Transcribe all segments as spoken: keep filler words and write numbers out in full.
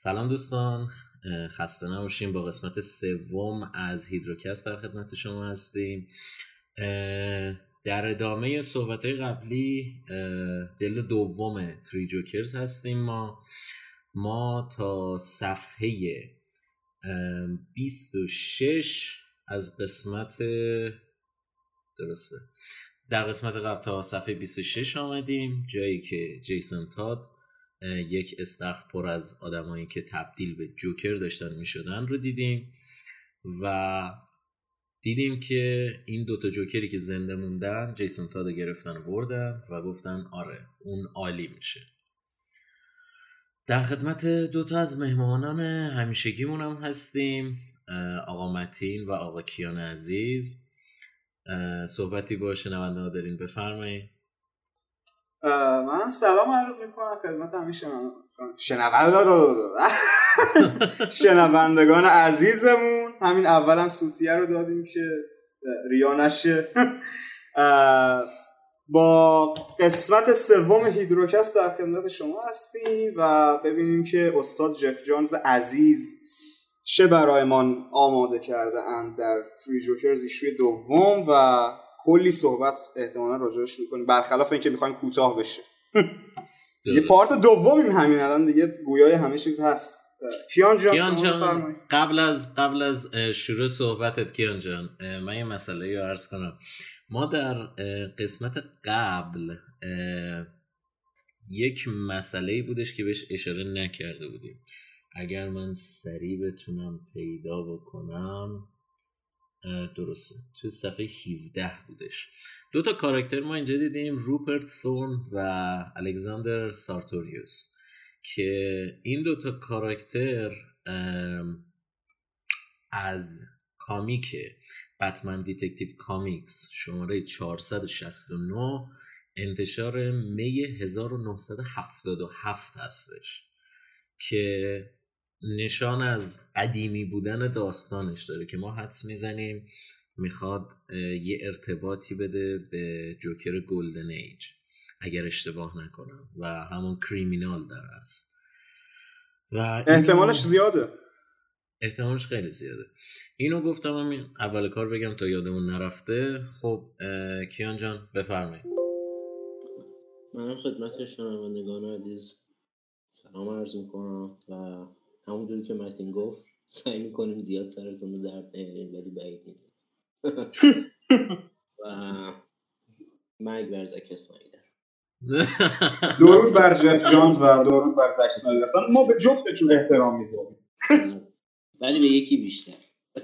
سلام دوستان، خسته نباشیم. با قسمت سوم از هیدروکست در خدمت شما هستیم. در ادامه صحبت‌های قبلی دل دوم تری جوکرز هستیم. ما ما تا صفحه بیست و شش از قسمت درسته در قسمت قبل تا صفحه بیست و شش آمدیم، جایی که جیسون تاد یک استخر پر از آدمایی که تبدیل به جوکر داشتن می شدن رو دیدیم و دیدیم که این دوتا جوکری که زنده موندن جیسون تاد رو گرفتن و بردن و گفتن آره اون عالی میشه. در خدمت دوتا از مهمانان همیشگیمون هم هستیم، آقا متین و آقا کیان عزیز. صحبتی با شنونده ها دارین؟ بفرمایید. من سلام عرض میکنم خدمت همه شنوندگان شنوندگان عزیزمون. همین اولم صوتیه رو دادیم که ریا نشه. با قسمت سوم هیدروکست در خدمت شما هستیم و ببینیم که استاد جف جونز عزیز چه برایمان آماده کرده اند در تری جوکرز ایشوی دوم و کلی صحبت احتمالاً راجعش میکنیم، برخلاف اینکه میخوایم کوتاه بشه. یه پارت دومیم همین الان دیگه، گویای همه چیز هست. کیان جان, کیان جان قبل از قبل از شروع صحبتت کیان جان، من یه مسئله رو عرض کنم. ما در قسمت قبل یک مسئله‌ای بودش که بهش اشاره نکرده بودیم. اگر من سریع بتونم پیدا بکنم، درسته تو صفحه هفده بودش. دو تا کاراکتر ما اینجا دیدیم، روپرت ثورن و الکساندر سارتوریوس، که این دو تا کاراکتر از کامیک بتمن دیتکتیو کامیکس شماره چهارصد و شصت و نه انتشار می هزار و نهصد و هفتاد و هفت هستش که نشان از قدیمی بودن داستانش داره که ما حدس میزنیم میخواد یه ارتباطی بده به جوکر گلدن ایج اگر اشتباه نکنم و همون کریمینال در است و احتمالش زیاده احتمالش خیلی زیاده. اینو گفتم همین اول کار بگم تا یادمون نرفته. خب کیان جان بفرمایید. من خدمت شنوندگان عزیز سلام عرض میکنم و همونجوری که متین گفت سعی میکنیم زیاد سرتون رو درد نیاریم ولی بعید نیست و مرگ بر زک اسماعیل. درود بر جف جونز و درود بر زک اسماعیل. اصلا ما به جفتشون احترام میذاریم ولی به یکی بیشتر.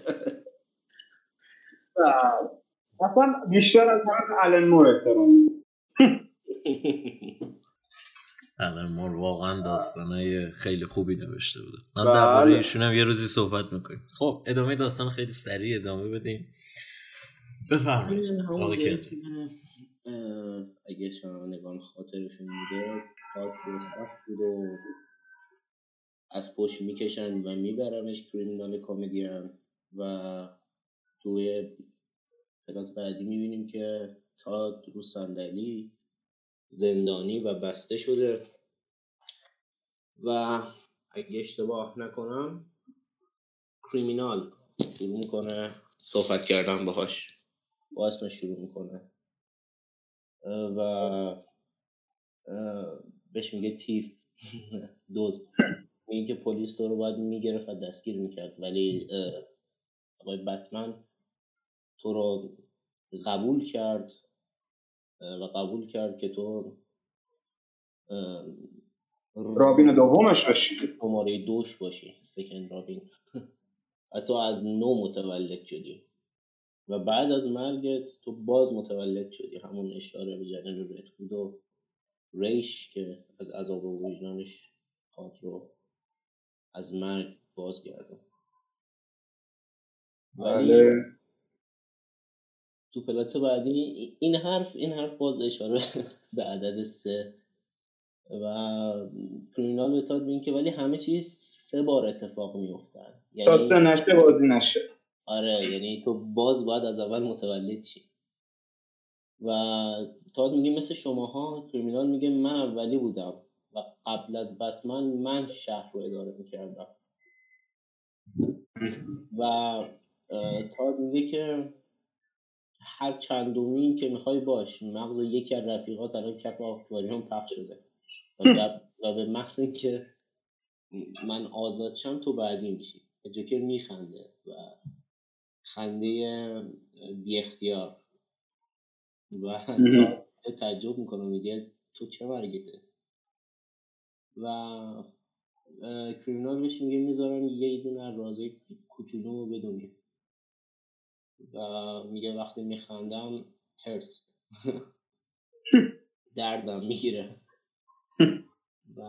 اصلا بیشتر از من آلن مور احترام میذاریم. آلن مور واقعا داستانای خیلی خوبی نوشته بوده. من درباره ایشون هم یه روزی صحبت میکنیم. خب ادامه داستان خیلی سریع ادامه بدیم. بفرمایید. اگه شنوندگان خاطرشون بوده پاک دوستخ بود و از پشت میکشن و میبرنش کریمینال کمدین و توی پلات بعدی میبینیم که تا رو صندلی زندانی و بسته شده و اگه اشتباه نکنم کریمینال شروع میکنه صحبت کردن باهاش، با اسمش شروع میکنه و بهش میگه تیف دزد. میگه که پلیس تو رو باید میگرفت و دستگیر میکرد ولی آقای بتمن تو رو قبول کرد و قبول کرد که تو رابین دومش باشی، شماره دوش باشی، سکند رابین. و تو از نو متولد شدی و بعد از مرگت تو باز متولد شدی. همون اشاره به جنرال رد هود و ریش که از عذاب و وجدانش خاط رو از مرگ بازگردون. ولی تو پلات بعدی این حرف این حرف باز اشاره به عدد سه و کریمینال بتاد بین که ولی همه چیز سه بار اتفاق میفتن، یعنی تا سه نشه بازی نشه. آره یعنی تو باز باید از اول متولد شی و تاد میگه مثل شماها. کریمینال میگه من اولی بودم و قبل از بتمن من شهر رو اداره میکردم و تاد میگه که هر چندمی که میخوای باش، مغز یکی از رفیقات الان کف آکواریوم پخش شده و به محض اینکه من آزاد شم تو بعدی میشی. جوکر میخنده و خنده بی اختیار و تا تعجب میکنه، میگه تو چه مرگته؟ و کریمینال بهش میگه میذارم یه دونه رازه کوچولو رو بدونی و میگه وقتی میخندم ترس دردم میگیره و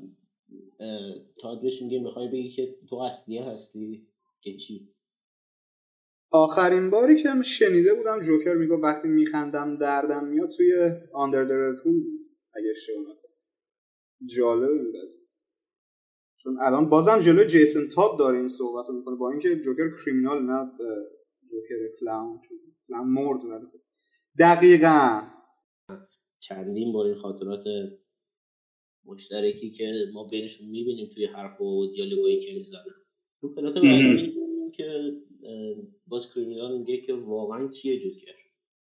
تاد بهش میگه میخوای بگی که تو اصلیه هستی که چی؟ آخرین باری که شنیده بودم جوکر میگه وقتی میخندم دردم میاد توی آندر د رد هود اگه اشتباه نکنم. جالب بود چون الان بازم جلوی جیسن تاد داره این صحبت رو میکنه با اینکه جوکر کریمینال نه جوکر کلاون، چون کلاون مرد. ولی دقیقاً چندین بار این خاطرات مشترکی که ما بینشون میبینیم توی حرف و دیالوگایی که میزنن. تو پلات بعدی میبینیم که باز کریمینال میگه که واقعا کیه جوکر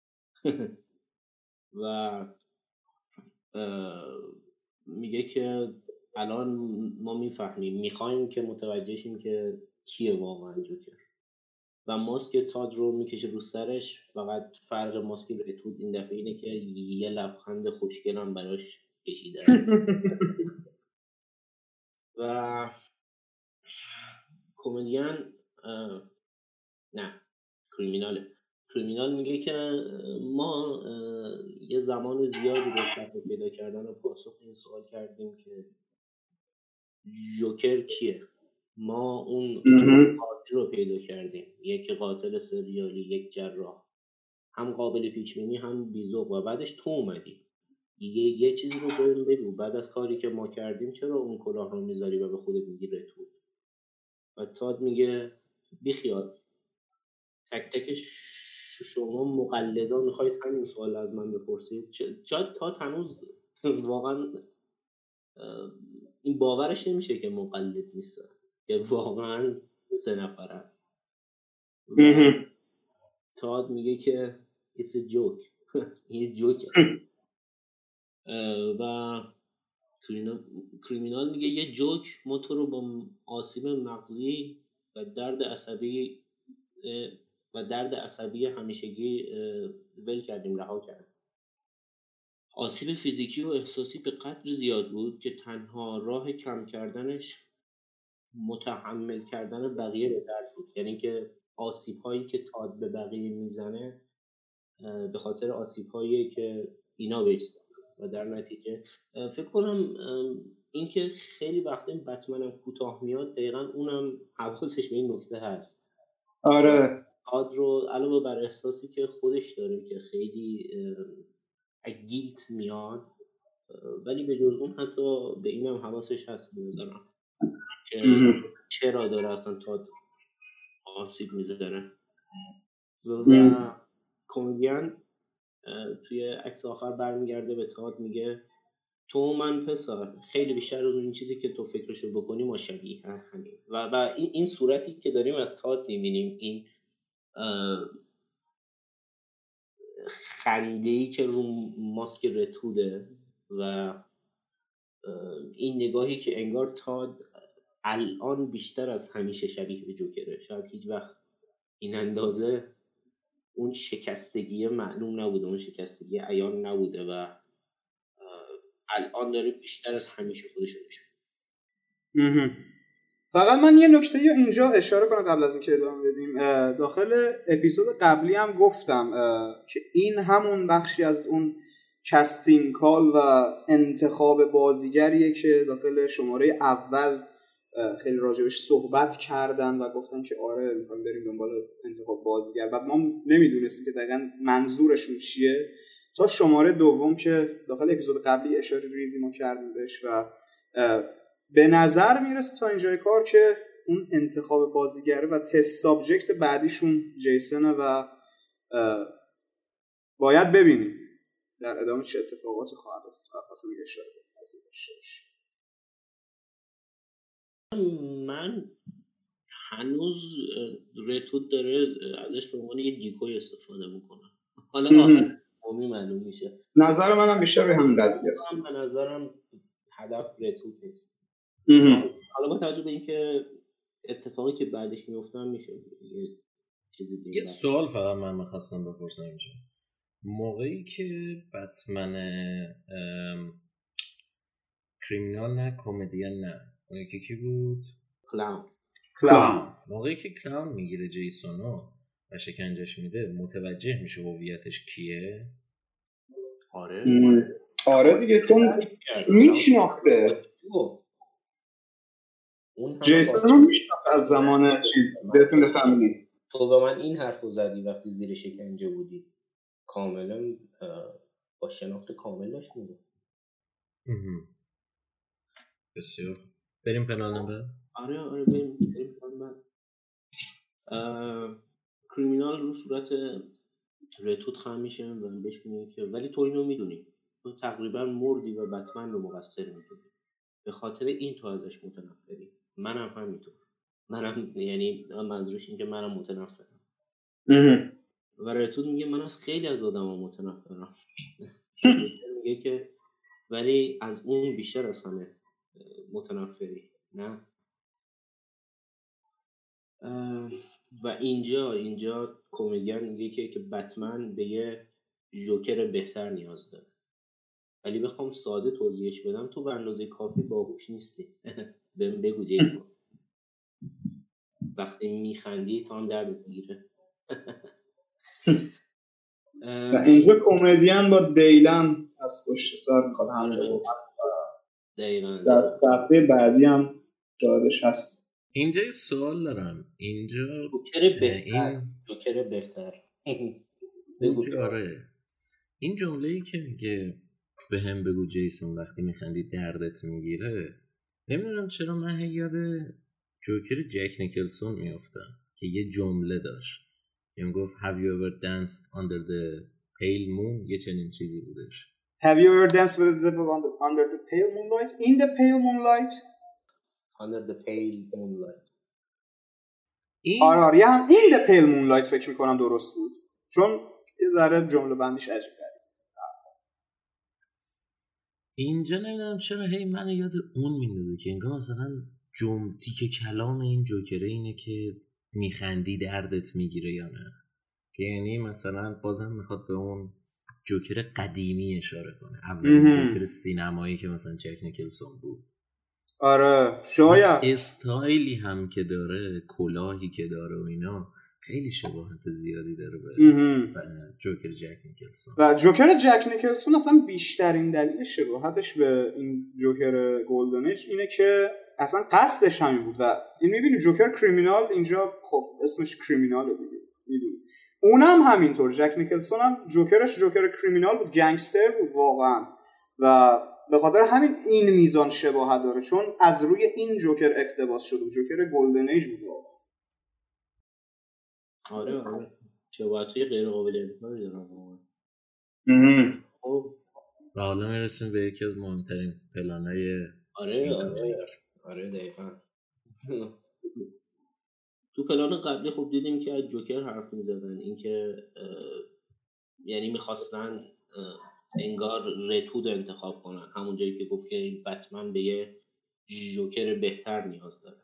و میگه که الان ما میفهمیم، میخوایم که متوجه شیم که کیه واقعا جوکر و ماسک تاد رو میکشه رو سرش. فقط فرق ماسک رتود این دفعه اینه که یه لبخند خوشگل هم براش کشیده و کمدین نه کریمیناله کریمینال میگه که ما یه زمان زیادی به صرف پیدا کردن و پاسخ این سوال کردیم که جوکر کیه. ما اون قاتل رو پیدا کردیم، یک قاتل سریالی، یک جراح، هم قابل پیش‌بینی هم بی‌ذوق و بعدش تو اومدی یه یه چیزی رو بهم بگو بعد از کاری که ما کردیم چرا اون کلاه رو میذاری و به خودت میگی رتو؟ و تاد میگه بیخیال، تک تک شما مقلدان میخواید همین سوال از من بپرسید. شاید تاد هنوز واقعا این باورش نمیشه که مقلد نیست، که واقعا سه نفرن. تاد میگه که it's a joke یه جوکه و کریمینال میگه یه جوک ما تو رو با آسیب مغزی و درد عصبی و درد عصبی همیشگی ول کردیم، رها کردیم. آسیب فیزیکی و احساسی به قدر زیاد بود که تنها راه کم کردنش متحمل کردن بقیه به درد بود. یعنی که آسیب هایی که تاد به بقیه میزنه به خاطر آسیب هایی که اینا بهش و در نتیجه فکر کنم این که خیلی وقتا این بتمن هم کوتاه میاد دقیقا اونم حواسش به این نکته هست. آره تاد رو علاوه بر احساسی که خودش داره که خیلی گیلت میاد، ولی به جز اون حتی به اینم حواسش هست بذارم که چرا داره اصلا تاد آسیب میذاره. و کمدین توی عکس آخر برمیگرده به تاد میگه تو من پسر خیلی بیشتر از این چیزی که تو فکرشو بکنی ما شبیه همین. و, و این, این صورتی که داریم از تاد میبینیم، این خنده‌ای که رو ماسک رتوده و این نگاهی که انگار تاد الان بیشتر از همیشه شبیه به جوکره. شاید هیچ وقت این اندازه اون شکستگی معلوم نبوده، اون شکستگی عیان نبوده و الان داره بیشتر از همیشه خودش رو نشون. فقط من یه نکته یا اینجا اشاره کنم قبل از اینکه ادامه بدیم. داخل اپیزود قبلی هم گفتم که این همون بخشی از اون کاستینگ کال و انتخاب بازیگریه که داخل شماره اول خیلی راجبش صحبت کردن و گفتن که آره میخوایم بریم دنبال انتخاب بازیگر و ما نمیدونستیم که دقیقاً منظورشون چیه تا شماره دوم که داخل اپیزود قبلی اشاره ریزی ما کردیم بهش و به نظر میرسه تا اینجای کار که اون انتخاب بازیگره و تست سابجکت بعدیشون جیسونه و باید ببینیم در ادامه چه اتفاقاتی خواهد افتاد. خاصه میگه اشاره قضیه داشته باشه. من هنوز رتود داره ازش به عنوان یه دیکوی استفاده میکنه. حالا آخر قومی معلوم میشه. نظر منم بیشتر به همین قضیه است. من به نظرم هدف رتود نیست. حالا با توجه به اینکه اتفاقی که بعدش میفته میشه یه چیزی دیگه. یه سوال فقط من می‌خواستم بپرسم اینجا. موقعی که بتمن کریمینال نه کمدین نه اون یکی کی بود؟ کلاون. کلاون. موقعی که کلاون میگیره جیسونو و شکنجش میده متوجه میشه هویتش کیه؟ آره آره دیگه چون میشناخته جیسون رو میشناخته از زمان چیز بهتون بفهمید. تو به من این حرف رو زدی وقتی زیر شکنجه بودی کاملا با شناخت کامل داشت میگفت. بسیار بریم پنال نمبر. آره آره بریم بریم پنال نمبر. کریمینال رو صورت رتود خم میشه و بهش میگه که ولی تو اینو میدونی، تو تقریبا مردی و بتمن رو مقصر میدونی، به خاطر این تو ازش متنفری. منم همینطور. منم یعنی منظورش این که منم متنفرم. و رتود میگه من از خیلی از آدما متنفرم. میگه که ولی از اون بیشتر از همه متنفری. نه و اینجا اینجا کمدین میگه که که بتمن به یه جوکر بهتر نیاز داره. ولی بخوام ساده توضیحش بدم تو به اندازه کافی باهوش نیستی. بهم بگو جیسون. وقتی میخندی تا هم دردت میگیره. و اینجا کمدین با دیلن از پشت سر میخواد همه رو دقیقاً در صفحه بعدی هم جادش هست. اینجا یه سوال دارم. اینجا جوکر بهتر این... جوکر بهتر بگو. آره این جمله‌ای که میگه به هم بگو جیسون وقتی میخندی دردت میگیره، نمیدونم چرا من یاد جوکر جک نیکلسون میافتم که یه جمله داشت که میگفت Have you ever danced under the pale moon؟ یه چنین چیزی بودش. Have you ever danced with the devil under, under the pale moonlight? In the pale moonlight? Under the pale moonlight. این... آره آره هم in the pale moonlight فکر میکنم درست بود چون یه ذره جمله بندیش عجیب داره. اینجا نمیدونم چرا هی منو یاد اون میندازه که انگار مثلا جمله تیکه کلام این جوکره اینه که میخندی دردت میگیره یا نه، که یعنی مثلا بازم میخواد به اون جوکر قدیمی اشاره کنه، اولین جوکر سینمایی که مثلا جک نیکلسون بود. آره شاید استایلی هم که داره، کلاهی که داره و اینا خیلی شباهت زیادی داره به جوکر جک نیکلسون. و جوکر جک نیکلسون اصلا بیشترین دلیل شباهتش به این جوکر گلدن ایج اینه که اصلا قصدش همین بود. و این میبینی جوکر کریمینال اینجا خب اسمش کریمیناله دیگه میدونی، اونم همینطور جک نیکلسون هم جوکرش جوکر کریمینال بود، گنگستر بود واقعا و به خاطر همین این میزان شباهت داره چون از روی این جوکر اقتباس شده، جوکر گلدن ایج بود واقعا. آره آره شباهت‌های غیر قابل انکاری دارن واقعا. و حالا میرسیم به یکی از مهمترین پلان‌های آره آره آره دقیقاً. تو پلان قبلی خب دیدیم که از جوکر حرف می‌زدن، اینکه یعنی می‌خواستن انگار رتود انتخاب کنن، همون جایی که گفت که بتمن به یه جوکر بهتر نیاز داره.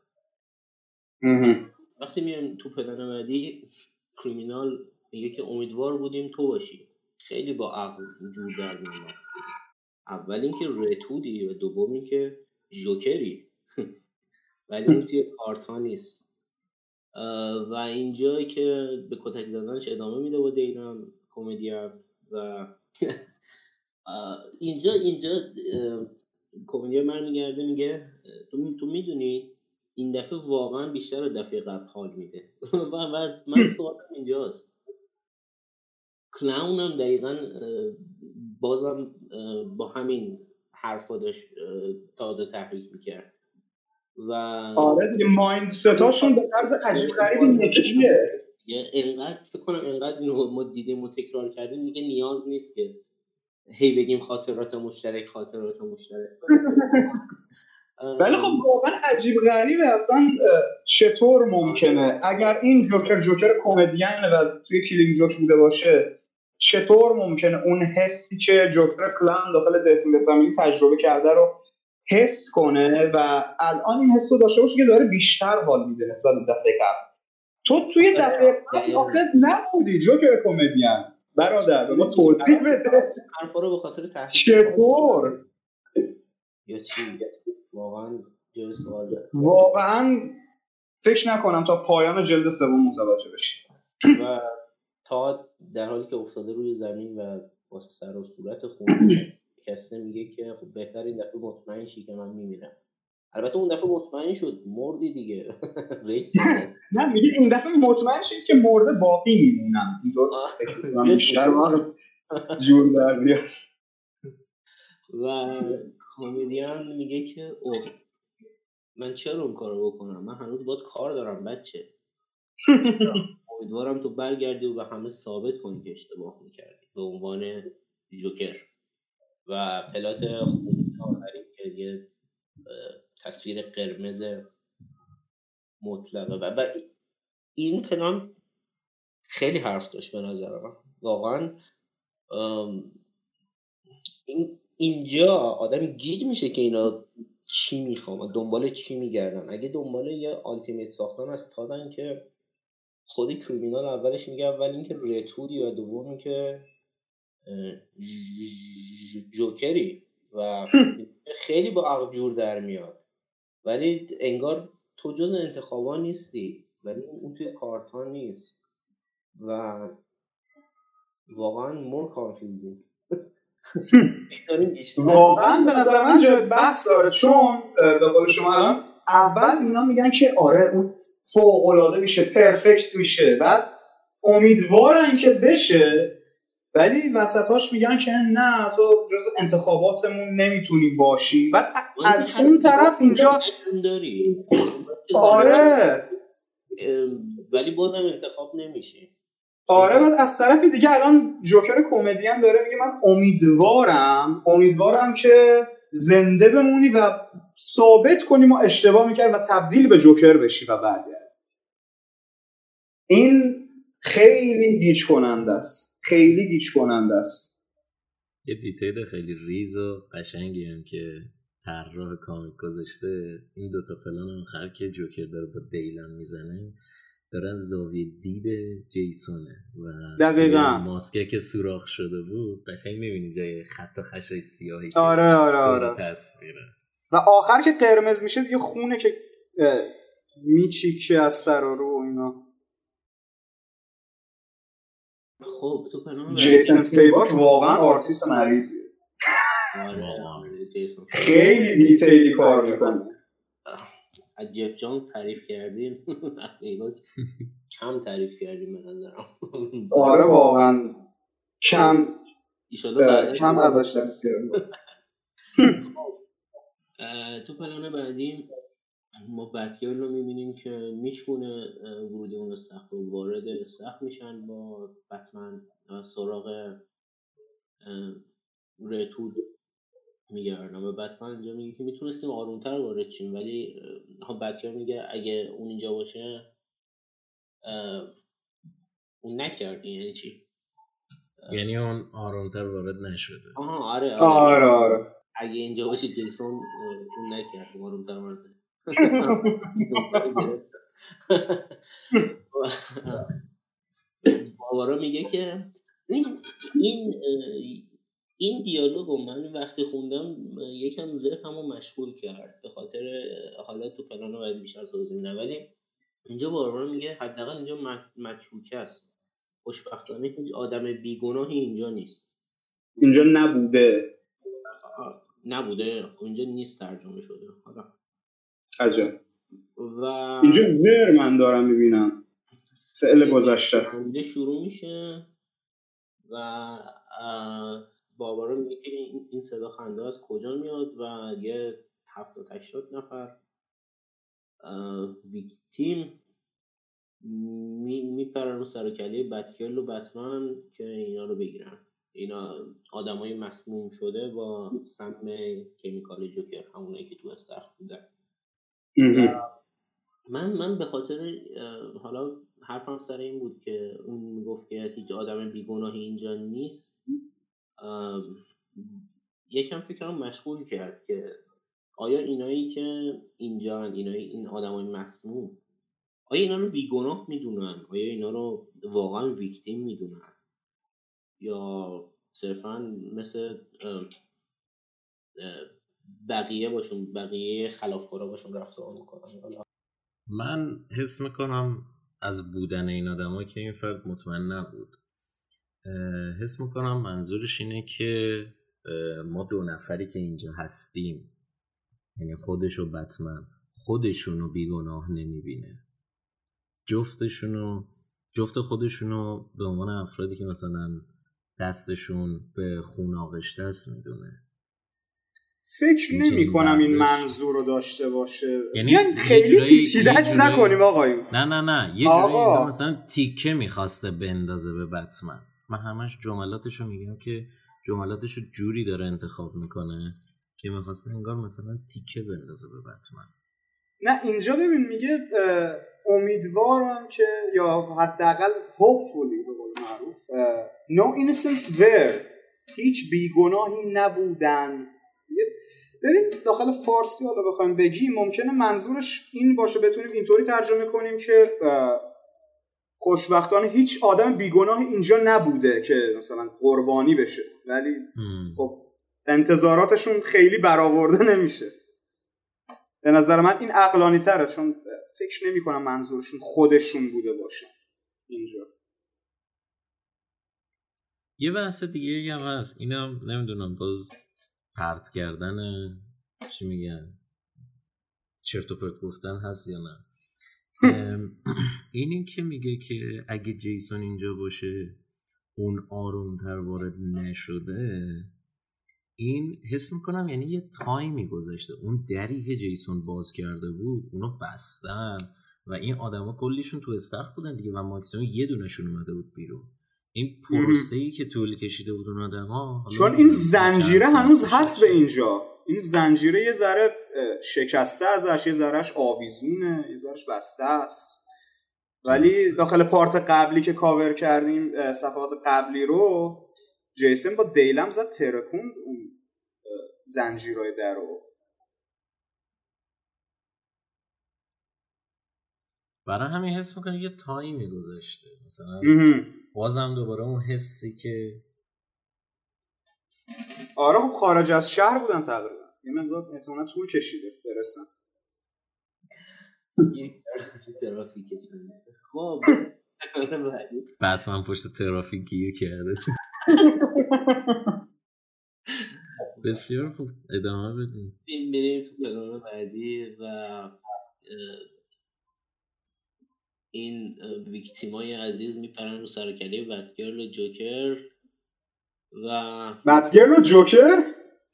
وقتی میایم تو پلان بعدی کریمینال میگه که امیدوار بودیم تو باشی، خیلی با عقل جور در میاد. اول اینکه رتودی و دوم اینکه جوکری ولی اون توی کارتا نیست. و اینجایی که به کتک زدنش ادامه میده با دیلن کمدین و اینجا اینجا کمدین من میگرده میگه تو تو میدونی این دفعه واقعا بیشتر از دفعه قبل حال میده. و من سوالم اینجاست، کلاون هم دقیقا بازم با همین حرفا داشت تاده تحریک میکرد و آره دیگه مایند ستاشون به طرز عجیب غریبی نکیه. اینقدر فکر کنم اینقدر اینو ما دیدیم و تکرار کردیم دیگه نیاز نیست که هی بگیم خاطرات مشترک خاطرات مشترک. ولی خب واقعا عجیب غریبه اصلا چطور ممکنه اگر این جوکر جوکر کمدیانه و توی کلینگ جوک بوده باشه، چطور ممکنه اون حسی که جوکر کلان داخل دث این د فامیلی تجربه کرده رو حس کنه و الان این حس رو داشته باشه که داره بیشتر حال میده نسبت به دفعه قبل. تو توی دفعه قبل آخه نبودی جوکر کمدیان برادر، به ما توضیح بده حرفا رو به خاطر تحصیل چطور یا چی واقعا جای سوال داره. واقعا فکر نکنم تا پایان جلد سوم متوجه بشی. و تا در حالی که افتاده روی زمین و با سر و صورت خونی کسی میگه که خب بهتر این دفعه مطمئن شی که من میمیرم. البته اون دفعه مطمئن شد مردی دیگه. ریس نه میگه این دفعه مطمئن شید که مرده باقی میمونم. اینطور فکر بیشتر ما جور در بیاد. و کمدین میگه که اوه من چرا اون کارو بکنم، من هنوز باید کار دارم بچه. امیدوارم تو برگردی و به همه ثابت کنی که اشتباه میکردی به عنوان جوکر. و پلات خونی آخری که یه تصویر قرمز مطلقه و این پلان خیلی حرف داشت به نظر من واقعا. این اینجا آدم گیج میشه که اینا چی میخوام دنبال چی میگردن. اگه دنبال یه آلتیمیت ساختن از تادن که خودی کریمینال اولش میگه اول این که رتودی و دوم که جوکری و خیلی با عقل جور در میاد، ولی انگار تو جز انتخابا نیستی ولی اون توی کارتان نیست و واقعا مور کانفیوزینگ. واقعا به نظر من جای بحث داره، چون به قول شما الان اول اینا میگن که آره اون فوق العاده میشه پرفکت میشه، بعد امیدوارن که بشه ولی وسطاش میگن که نه تو جز انتخاباتمون نمیتونی باشی. بعد از اون طرف اینجا داری آره ولی بازم انتخاب نمیشی. آره بعد از طرفی دیگه الان جوکر کمدین داره میگه من امیدوارم امیدوارم که زنده بمونی و ثابت کنی ما اشتباه میکرد و تبدیل به جوکر بشی و برگرد. این خیلی گیج کننده است، خیلی گیج کننده است. یه دیتیل خیلی ریز و قشنگی هم که طراح کامیک گذاشته، این دوتا پلان آخر که جوکر داره با دیلان میزنه دارن زاویه دید جیسونه و دقیقاً ماسکه که سوراخ شده بود قشنگ میبینی جای خط و خشای سیاهی که آره آره آره تصویره و آخر که قرمز میشه دیگه خونه که میچیکه از سر و رو اینا. خب تو پلان جیسون فیباک واقعا آرتیست مریضیه. آره جیسون خیلی دیتیلی کار میکنه. از جف جان تعریف کردیم فیباک کم تعریف کردیم به نظرم. آره واقعا کم ایشالله کم ازش تعریف کردیم. تو پلان بعدی ما بتگرل رو میبینیم که میشکونه ورودی اون استخر رو وارد استخر میشن با بتمن سراغ رتود میگردن و بتمن اینجا میگه که میتونستیم آرومتر وارد شیم ولی بتگرل میگه اگه اون اینجا باشه اون نکردی. یعنی چی؟ یعنی اون آرومتر وارد نشده. آها آره آره آره, آره. اگه اینجا باشه جیسون اون نکرد آرومتر وارد. بابارا میگه که این این این دیالوگو من وقتی خوندم یکم ذهنمو مشغول کرد به خاطر حالا تو پلانو باید بیشتر توضیح میدم ولی اینجا بابارا میگه حداقل اینجا مچوکه است. خوشبختانه هیچ آدم بیگناهی اینجا نیست. اینجا نبوده نبوده اینجا نیست ترجمه شده. حالا عجب. و اینجا زر من دارم میبینم فعل گذشته است. اینجا شروع میشه و بابارا میگه که این صدا خنده از کجا میاد و یه هفتاد هشتاد نفر ویکتیم میپرن رو سر و کله بتگرل و بتمن که اینا رو بگیرن اینا آدمای مسموم شده با سم کیمیکال جوکر، همونایی که تو استخر بودن. من من به خاطر حالا حرفم سر این بود که اون میگفت که هیچ آدم بیگناهی اینجا نیست، یکم فکرم مشغول کرد که آیا اینایی که اینجا اینایی این آدمای مسموم آیا اینا رو بیگناه میدونن؟ آیا اینا رو واقعا ویکتیم میدونن؟ یا صرفا مثل بقیه باشون بقیه خلافکارا باشون رفتار میکنن؟ من حس میکنم از بودن این آدما که این فرد مطمئن نبود. حس میکنم منظورش اینه که ما دو نفری که اینجا هستیم، یعنی خودش و بتمن، خودشونو بیگناه نمیبینه، جفتشونو جفت خودشونو به عنوان افرادی که مثلا دستشون به خون آغشته است میدونه. فکر نمی کنم این منظور رو داشته باشه، یعنی, یعنی خیلی پیچیده‌اش نکنیم آقایون. نه نه نه یه جوری مثلا تیکه میخواسته بندازه به بتمن. من همش جملاتشو میگم که جملاتشو جوری داره انتخاب میکنه که میخواسته انگار مثلا تیکه بندازه به بتمن. نه اینجا ببین میگه امیدوارم که یا حداقل hopefully به قول معروف no innocence were، هیچ بیگناهی نبودن. ببین داخل فارسی حالا بخوایم بگیم ممکنه منظورش این باشه، بتونیم اینطوری ترجمه کنیم که خوشبختانه هیچ آدم بیگناه اینجا نبوده که مثلا قربانی بشه، ولی خب انتظاراتشون خیلی برآورده نمیشه. به نظر من این عقلانی تره، چون فکر نمی کنم منظورشون خودشون بوده باشه اینجا. یه بحث دیگه هم هست، اینم نمیدونم باز پرت کردن چی میگن چرت و پرت گفتن هست یا نه. اینی که میگه که اگه جیسون اینجا باشه اون آرومتر وارد نشده، این حس میکنم یعنی یه تایمی گذشته، اون دری که جیسون باز کرده بود اونو بستن و این آدما کلیشون تو استخر بودن دیگه و ماکسیموم یه دونشون اومده بود بیرون. این پروسه‌ای که طول کشیده بود اون آدما، چون این زنجیره هنوز هست به اینجا، این زنجیره یه ذره شکسته ازش، یه ذرهش آویزونه، یه ذرهش بسته است. ولی داخل پارت قبلی که کاور کردیم صفحات قبلی رو، جیسون با دیلم زد ترکوند اون زنجیرهای در رو. برای همین حس میکنه یه تایمی گذاشته مثلا بازم دوباره اون حسی که آره خب خارج از شهر بودن تقریبا، یه مقدار احتمالاً طول کشیده برسن. یک ترافیک خب بتمن پشت ترافیک گیر کرده. بسیار خوب ادامه بدیم. بریم تو برنامه بعدی و این ویکتیمای عزیز میپرن رو سرکله بتگرل و جوکر و بتگرل و جوکر؟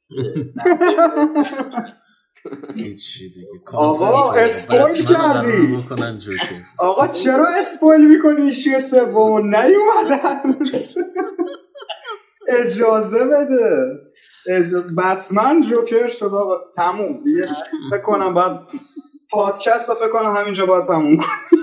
آقا اسپویل کردی. آقا چرا اسپویل میکنی ایشوی سومو؟ نیومده هنوز. اجازه بده. اجازه. بتمن جوکر شد آقا، تموم دیگه. فکر کنم بعد پادکست رو فکر کنم همینجا باید تموم کنم.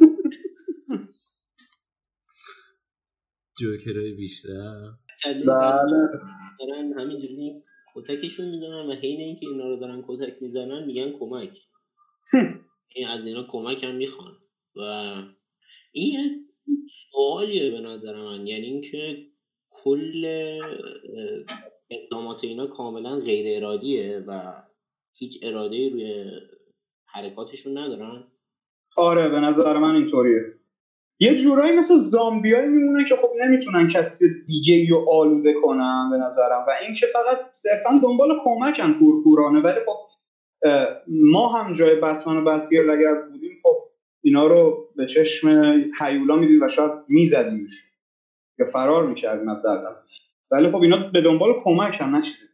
جوکرهای بیشتر بله همینجوری کتکشون میزنن و حین اینکه اینا رو دارن کتک میزنن میگن کمک. این از اینا کمک هم میخوان و این سوالیه به نظر من، یعنی اینکه کل اقدامات اینا کاملا غیر ارادیه و هیچ اراده‌ای روی حرکاتشون ندارن. آره به نظر من اینطوریه، یه جورایی مثل زامبیایی میمونه که خب نمیتونن کسی دیگه رو آلوده کنن به نظرم، و این که فقط صرفا دنبال کمکن کورکورانه. ولی خب ما هم جای بتمن و بتگرل اگر بودیم خب اینا رو به چشم هیولا میدیم و شاید میزدیمشون یا فرار میکردیم حداقل. ولی خب اینا به دنبال کمک هم نه چیزی.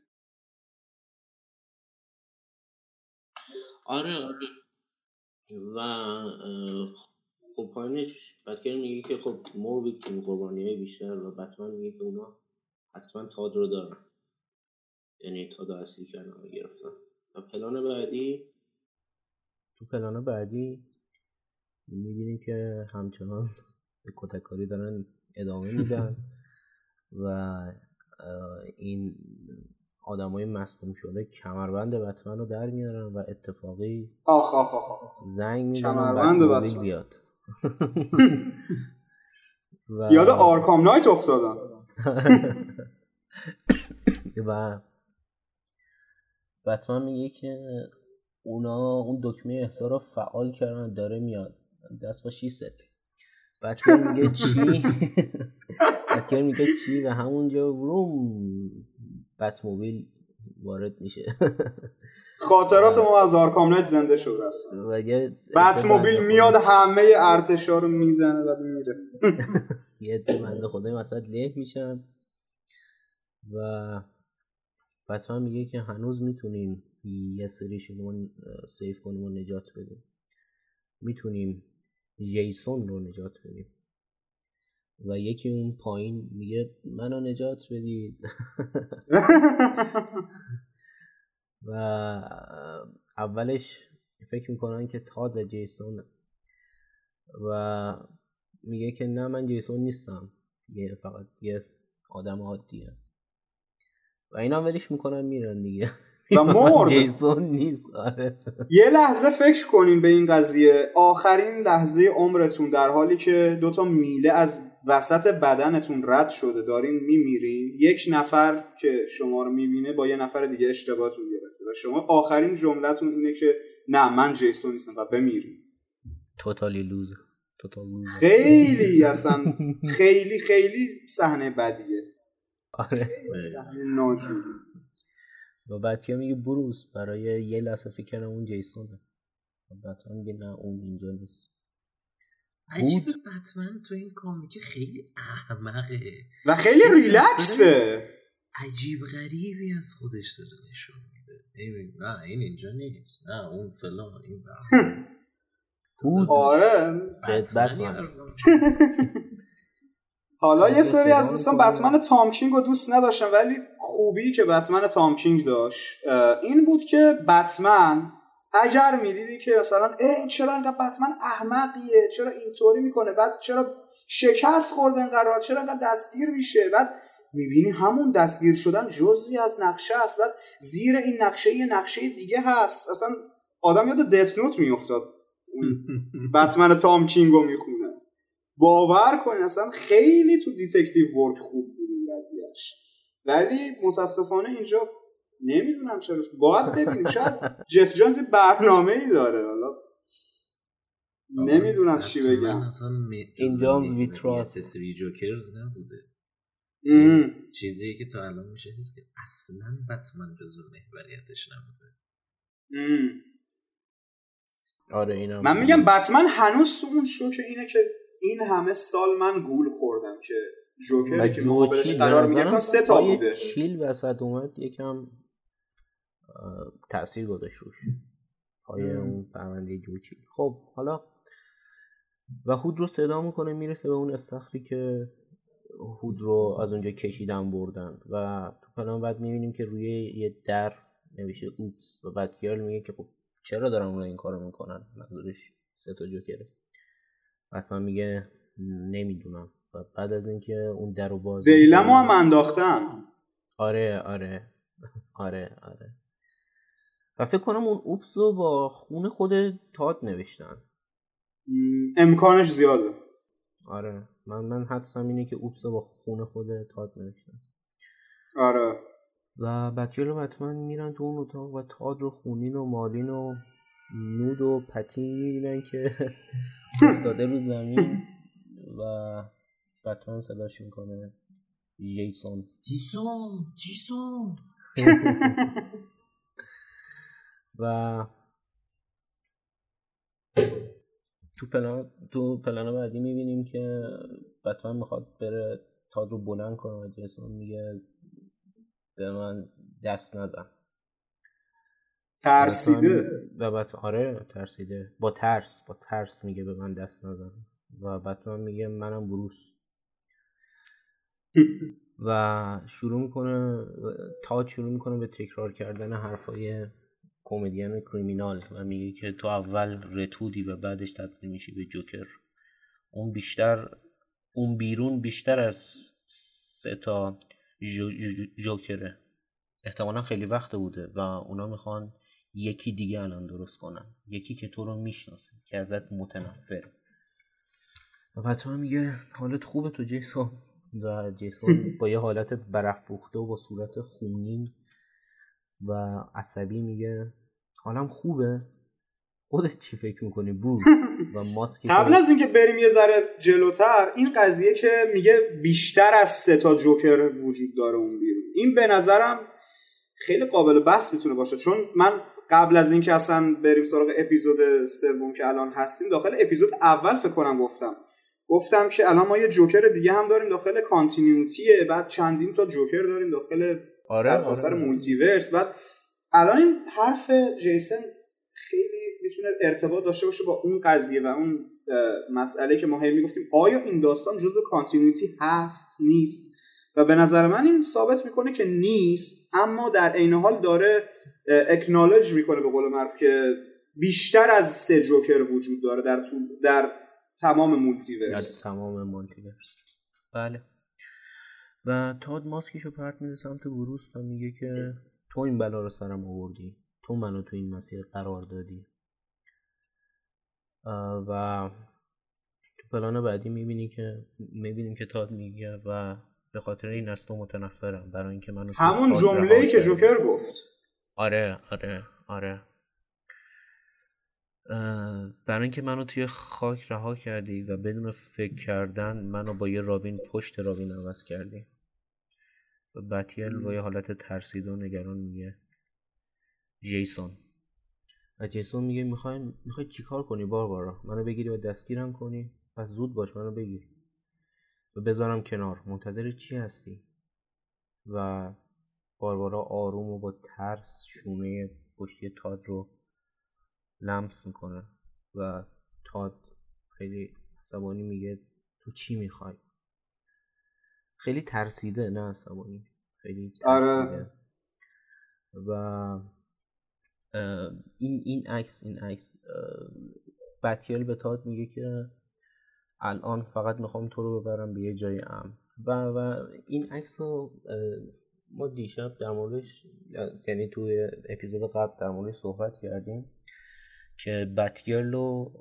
آره آره و خب پایینش بتگرل میگه که خب ما ویکتیم قربانیای بیشتر و بتمن میگه که اونا حتما تاد رو دارن، یعنی تاد اصلی کردن و گرفتن. و پلان بعدی تو پلان بعدی میبینیم که همچنان به کتککاری دارن ادامه میدن و این آدمای مصدوم شده کمربند بتمن رو در میارن و اتفاقی آخ آخ آخ زنگ میزنن کمربند بتمن بیاد. و یاد آرکام نایت افتادم. و بتمن میگه که اونا اون دکمه احضار رو فعال کردن، داره میاد، دست با شیست. بتمن میگه چی؟ بتمن میگه چی؟ و همونجا وروم بتموبیل وارد میشه. خاطرات ما از آرکام نایت زنده شده است. بتموبیل میاد همه ارتشا رو میزنه و میره. یه دو بنده خدای وسط له میشن و بتمن میگه که هنوز میتونیم یه سریشون رو سیف کنیم و نجات بدیم، میتونیم جیسون رو نجات بدیم. و یکی اون پایین میگه منو نجات بدید. و اولش فکر میکنن که تاد و جیسون و میگه که نه من جیسون نیستم، یه فقط یه آدم عادیه و اینا ولش میکنن میرن دیگه و مرد. جیسون نیست. آره یه لحظه فکر کنین به این قضیه، آخرین لحظه عمرتون در حالی که دوتا میله از وسط بدنتون رد شده دارین میمیرین، یک نفر که شما رو میبینه با یه نفر دیگه اشتباهتون گرفته و شما آخرین جملتون اینه که نه من جیسون نیستم و بمیرین. توتالی لوز. توتال لوز. خیلی اصلا خیلی خیلی صحنه بدیه. آره صحنه ناجوری. و بعد که میگه بروس برای یه لحظه فکر کنم اون جیسونه و بتمن میگه نه اون اینجا نیست. عجیبه بتمن تو این کامیک خیلی احمقه و خیلی ریلکسه، عجیب غریبی از خودش داره نشون میده. نه این اینجا نیست، نه اون فلان این بود. آره سید بتمن. حالا یه سری از دوستان بتمن تام کینگ رو دوست نداشتن، ولی خوبی که بتمن تام کینگ داشت این بود که بتمن اگر میدیدی که مثلا این چرا اینقدر بتمن احمقیه، چرا اینطوری میکنه، بعد چرا شکست خورده اینقدر، چرا اینقدر دستگیر میشه، بعد میبینی همون دستگیر شدن جزئی از نقشه است، بعد زیر این نقشه یه نقشه دیگه هست. اصلا آدم یاد دث نوت میافتاد بتمن تام کینگ رو میخونه. باور کنین اصلا خیلی تو دیتکتیو ورک خوب بود این قضیهش، ولی متاسفانه اینجا نمیدونم چرا. باید ببینیم، شاید جف جونز برنامه‌ای داره، حالا نمیدونم چی بگم. این جونز ویتراس تری جوکرز نبوده، چیزی که تا الان میشه هست که اصلا بتمن جزو محوریتش نبوده. آره اینا من میگم بتمن هنوز تو اون شوکه اینه که این همه سال من گول خوردم که جوکر که مقابلش قرار میگرفتم سه تا بوده. چیل وسط اومد یکم تأثیر گذاشت روش پای اون پرونده جوچیل. خب حالا و هود رو صدا میکنه میرسه به اون استخری که هود رو از اونجا کشیدن بردن و تو پلان بعد میبینیم که روی یه در نوشته اوپس و بعد گرل میگه که خب چرا دارن اونا این کارو میکنن، منظورش سه تا جوکره. بتمن میگه نمیدونم و بعد از اینکه اون درو باز دیلمو هم انداختن. آره آره آره آره و فکر کنم اون اوپس رو با خون خود تاد نوشتن. امکانش زیاده. آره من من حدسم اینه که اوپس رو با خون خود تاد نوشتن. آره و بتیل و بتمن میرن تو اون اتاق و تاد رو خونین و مالین و نود و پتی میبینن که افتاده رو زمین و بتمن صداش میکنه جیسون جیسون جیسون و تو پلان تو پلان بعدی میبینیم که بتمن میخواد بره تاد رو بلند کنه و جیسون میگه به من دست نزن. ترسیده و بت... آره ترسیده با ترس با ترس میگه به من دست نزن و بتمن میگه منم بروس و شروع میکنه تاد شروع میکنه به تکرار کردن حرفای کمدین کریمینال و میگه که تو اول رتودی و بعدش تبدیل میشی به جوکر. اون بیشتر اون بیرون بیشتر از سه تا جو جو جوکره. احتمالا خیلی وقت بوده و اونا میخوان یکی دیگه الان درست کنن، یکی که تو رو میشناسه، که ازت متنفر. و بتمن میگه حالت خوبه تو جیسون؟ و جیسون با یه حالت برافروخته و با صورت خونین و عصبی میگه حالم خوبه؟ خودت چی فکر میکنی بروس؟ و ماسک قبل از اینکه بریم یه ذره جلوتر، این قضیه که میگه بیشتر از سه تا جوکر وجود داره اون بیرون، این به نظرم خیلی قابل بحث میتونه باشه، چون من قبل از اینکه اصلا بریم سراغ اپیزود سوم که الان هستیم، داخل اپیزود اول فکر کنم گفتم گفتم که الان ما یه جوکر دیگه هم داریم داخل کانتینیوتیه، بعد چندین تا جوکر داریم داخل آره، سرتاسر آره، آره. مولتیورس. بعد الان این حرف جیسن خیلی میتونه ارتباط داشته باشه با اون قضیه و اون مسئله که ما هی میگفتیم آیا این داستان جزء کانتینیوتی هست نیست، و به نظر من این ثابت میکنه که نیست، اما در عین حال داره اکنالج میکنه به قول معروف که بیشتر از سه جوکر وجود داره در طول در تمام مولتیورس. در تمام مولتیورس بله. و تاد ماسکشو پرت میده سمت بروس و میگه که تو این بلا رو سرم آوردی، تو منو تو این مسیر قرار دادی. و تو پلان بعدی میبینی که میبینیم که تاد میگه و به خاطر این از تو متنفرم، برای اینکه منو همون جمله‌ای که جوکر گفت. آره آره آره برای اینکه منو توی خاک رها کردی و بدون فکر کردن منو با یه رابین پشت رابین عوض کردی. و بتیل با یه حالت ترسیده و نگران میگه جیسون. و جیسون میگه میخوای میخوای چیکار کنی باربارا؟ منو بگیری و دستگیرم کنی؟ پس زود باش منو بگیر و بذارم کنار. منتظر چی هستی؟ و باربارا آروم و با ترس شونه پشتی تاد رو لمس میکنه و تاد خیلی عصبانی میگه تو چی میخوای؟ خیلی ترسیده، نه عصبانی، خیلی ترسیده. آره. و این این عکس این عکس بتیل به تاد میگه که الان فقط میخوام تو رو ببرم به یه جای امن. و و این عکس رو ما دیشب در موردش، یعنی توی اپیزود قبل در موردش صحبت کردیم که بتگرل و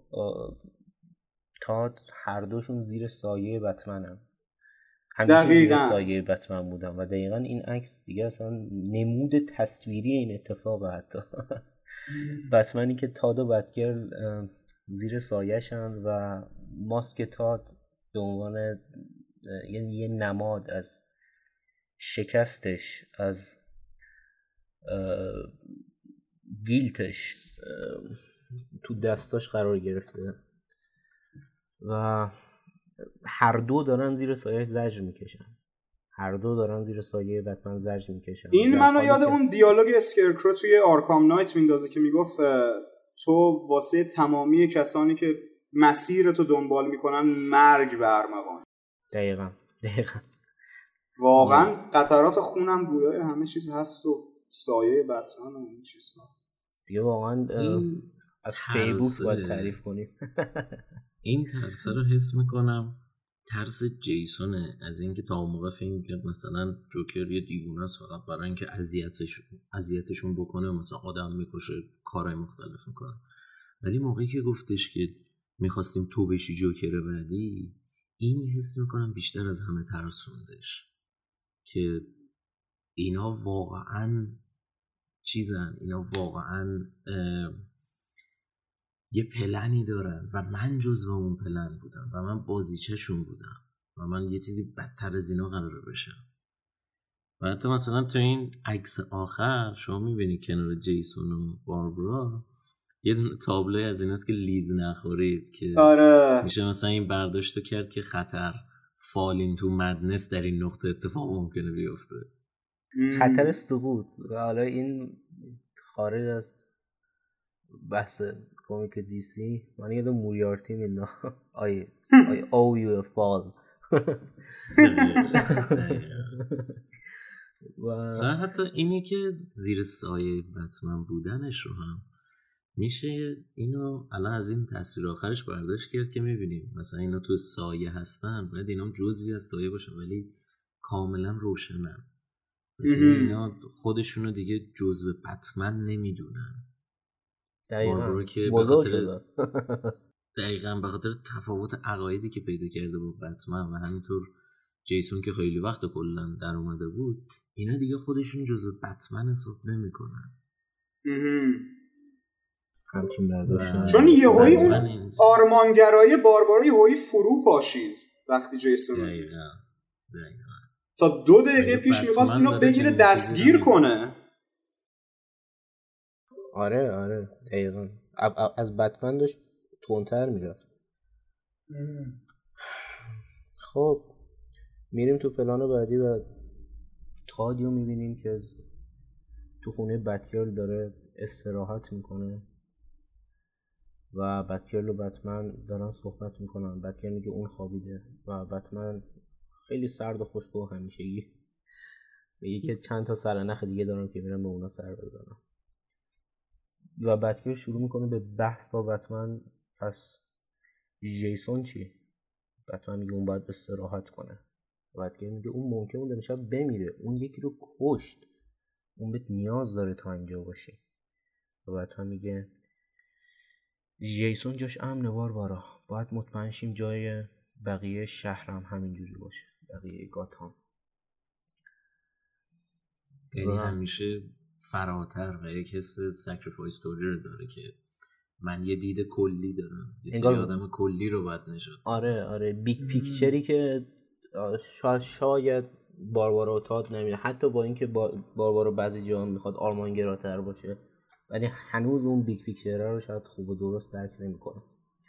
تاد هر دوشون زیر سایه بتمنن، همیشه زیر سایه بتمن بودن و دقیقا این عکس دیگه اصلا نمود تصویری این اتفاقه. حتی بتمنی که تاد و بتگرل زیر سایه‌شن و ماسک تاد به عنوان یعنی یه نماد از شکستش، از گیلتش تو دستاش قرار گرفته و هر دو دارن زیر سایه زجر میکشن. هر دو دارن زیر سایه بتمن زجر میکشن. این منو یاد که... اون دیالوگ اسکرکرو توی آرکام نایت میندازه که میگفت تو واسه تمامی کسانی که مسیر تو دنبال میکنن مرگ به ارمغان. دقیقاً دقیقاً واقعا قطرات خونم گویای همه چیز هست و سایه بتمن و این چیزها دیگه. واقعا از فیبوک باید تعریف کنیم. این ترس رو حس میکنم ترس جیسونه از اینکه تا اون موقع فکر می‌کرد مثلا جوکر یه دیوونه است فقط برای اینکه اذیتش اذیتشون بکنه، مثلا آدم میکشه، کارهای مختلف میکنه. ولی موقعی که گفتش که میخواستیم تو بشی جوکر بعدی، این حس میکنم بیشتر از همه ترسوندش که اینا واقعا چیزن، اینا واقعا یه پلنی دارن و من جزو اون پلن بودم و من بازیچه‌شون بودم و من یه چیزی بدتر از اینا قراره بشم. و حتی مثلا تو این عکس آخر شما میبینی کنار جیسون و باربرا یه دونه تابلوی از ایناست که لیز نخورید که آره. میشه مثلا این برداشتو کرد که خطر فالین تو مدنس در این نقطه اتفاق ممکنه بیفته، خطر سقوط. حالا این خارج از بحث کمیک دی سی، من یه دو موریارتی مینداختم آی آی او یو فال و حتی اینی که زیر سایه بتمن بودنش رو هم میشه اینو الان از این تصویر آخرش برداشت کرد که میبینیم مثلا اینا تو سایه هستن، باید اینا جزوی از سایه باشن ولی کاملا روشنن. مثلا اینا خودشونو دیگه جزو بتمن نمیدونن. دقیقاً که بزرگ شده. دقیقاً به خاطر تفاوت عقایدی که پیدا کرده با بتمن و همینطور جیسون که خیلی وقت کلا در اومده بود، اینا دیگه خودشون جزو بتمن حساب نمیکنن. همچین برداشتن. چون یهویی اون آرمانگرایی باربارا یهویی فرو پاشید وقتی جیسون دقیقاً دقیقاً تا دو دقیقه پیش میخواست اینو بگیره دستگیر کنه. آره آره دقیقاً از بتمن داشت تندتر میرفت. خب میریم تو پلان بعدی و تادیو میبینیم که تو خونه بتگرل داره استراحت میکنه و بتگرل و بتمن دارن صحبت میکنن. بتگرل میگه اون خوابیده و بتمن خیلی سرد و خشک و همیشگی میگه که چند تا سرنخ دیگه دارم که میرم به اونا سر بزنم و بتگرل شروع میکنه به بحث با بتمن. پس جیسون چی؟ بتمن میگه اون باید استراحت کنه. بتگرل میگه اون ممکنه اون امشب بمیره، اون یکی رو کشت، اون بهت نیاز داره تا اینجا باشه. و بتمن میگه جیسون جاش امنه باربارا، باید مطمئن شیم جای بقیه شهرم همینجوری باشه، بقیه گاتام. یعنی همیشه فراتر و یک حس سکریفایس ستوری رو داره که من یه دید کلی دارم، یه سری آدم کلی رو باید نشد. آره آره بیگ پیکچری که شاید شاید باربارا و تاد نمیده، حتی با اینکه باربارا بعضی جا میخواد آرمانگراتر باشه ولی هنوز اون بیگ پیکچر رو شاید خوب و درست درک نمیکنه.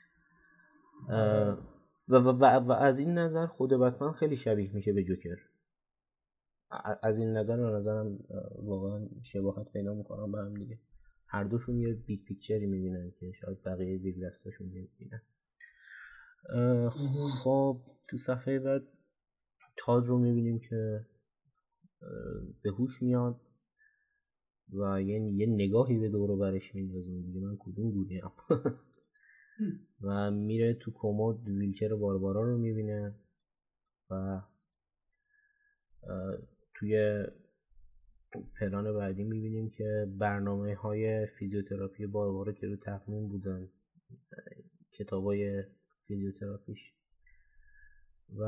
و, و, و, و از این نظر خود بتمن خیلی شبیه میشه به جوکر. از این نظر به نظرم واقعا شباهت پیدا میکنم به هم دیگه. هر دوشون یه بیگ پیکچری میبینن که شاید بقیه زیر دستاشون نمیبینن. خب تو صفحه بعد تاد رو میبینیم که به هوش میاد و یه, یه نگاهی به دور و برش میندازه، میگه من کدوم گوریم و میره تو کمد ویلچر باربارا رو میبینه و توی پلان بعدی میبینیم که برنامه های فیزیوتراپی باربارا که رو تقویم بودن، کتابای فیزیوتراپیش و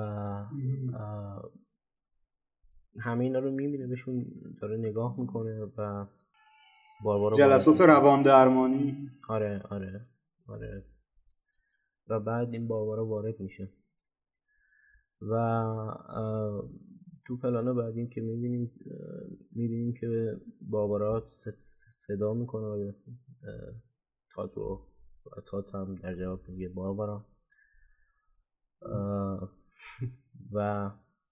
همه اینا رو میبینه، بهشون داره نگاه میکنه و باربارا جلسات روان درمانی. آره آره آره و بعد این باربارا وارد میشه و تو پلان بعدیم که میبینیم میبینیم که باربارا صدا میکنه تاد رو و تاد هم در جواب میگه باربارا و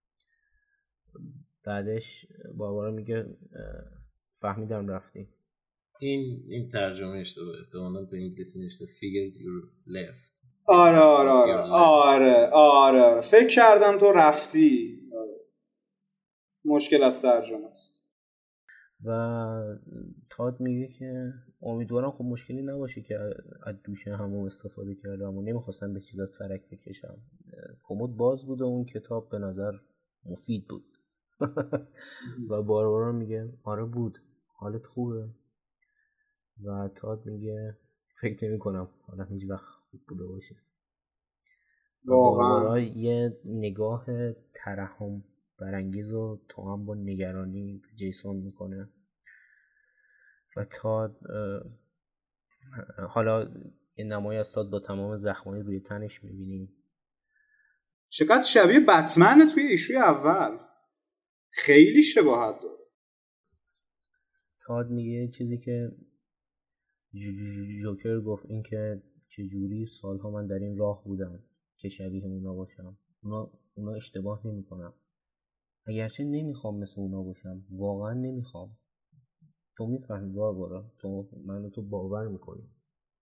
بعدش باربارا میگه فهمیدم رفتی. این این ترجمه اشتباهه، احتمالاً تو انگلیسی نوشته figured you left. آره آره آره آره آره فکر کردم تو رفتی. آره. مشکل از ترجمه است. و تاد میگه که امیدوارم خب مشکلی نباشه که از دوشه همون استفاده کردم و نمیخواستم به چیزات سرک بکشم. کمد باز بود و اون کتاب به نظر مفید بود. و باربارا میگه آره بود، حالت خوبه؟ و تاد میگه فکر نمی کنم حالا هیچ وقت خوب بوده باشه. باربارا یه نگاه ترحم برانگیز و تو هم با نگرانی جیسون میکنه و تاد حالا یه نمایی از تاد با تمام زخمای روی تنش میبینیم. چقدر شبیه بتمن توی ایشوی اول، خیلی شباهت داره. تاد میگه چیزی که جوکر گفت، این که چجوری سالها من در این راه بودم که شبیه اونا باشم. اونا, اونا اشتباه نمی کنم، اگرچه نمیخوام مثل اونا باشم، واقعا نمیخوام. تو میفهمی باربارا، تو منو تو باور میکنی.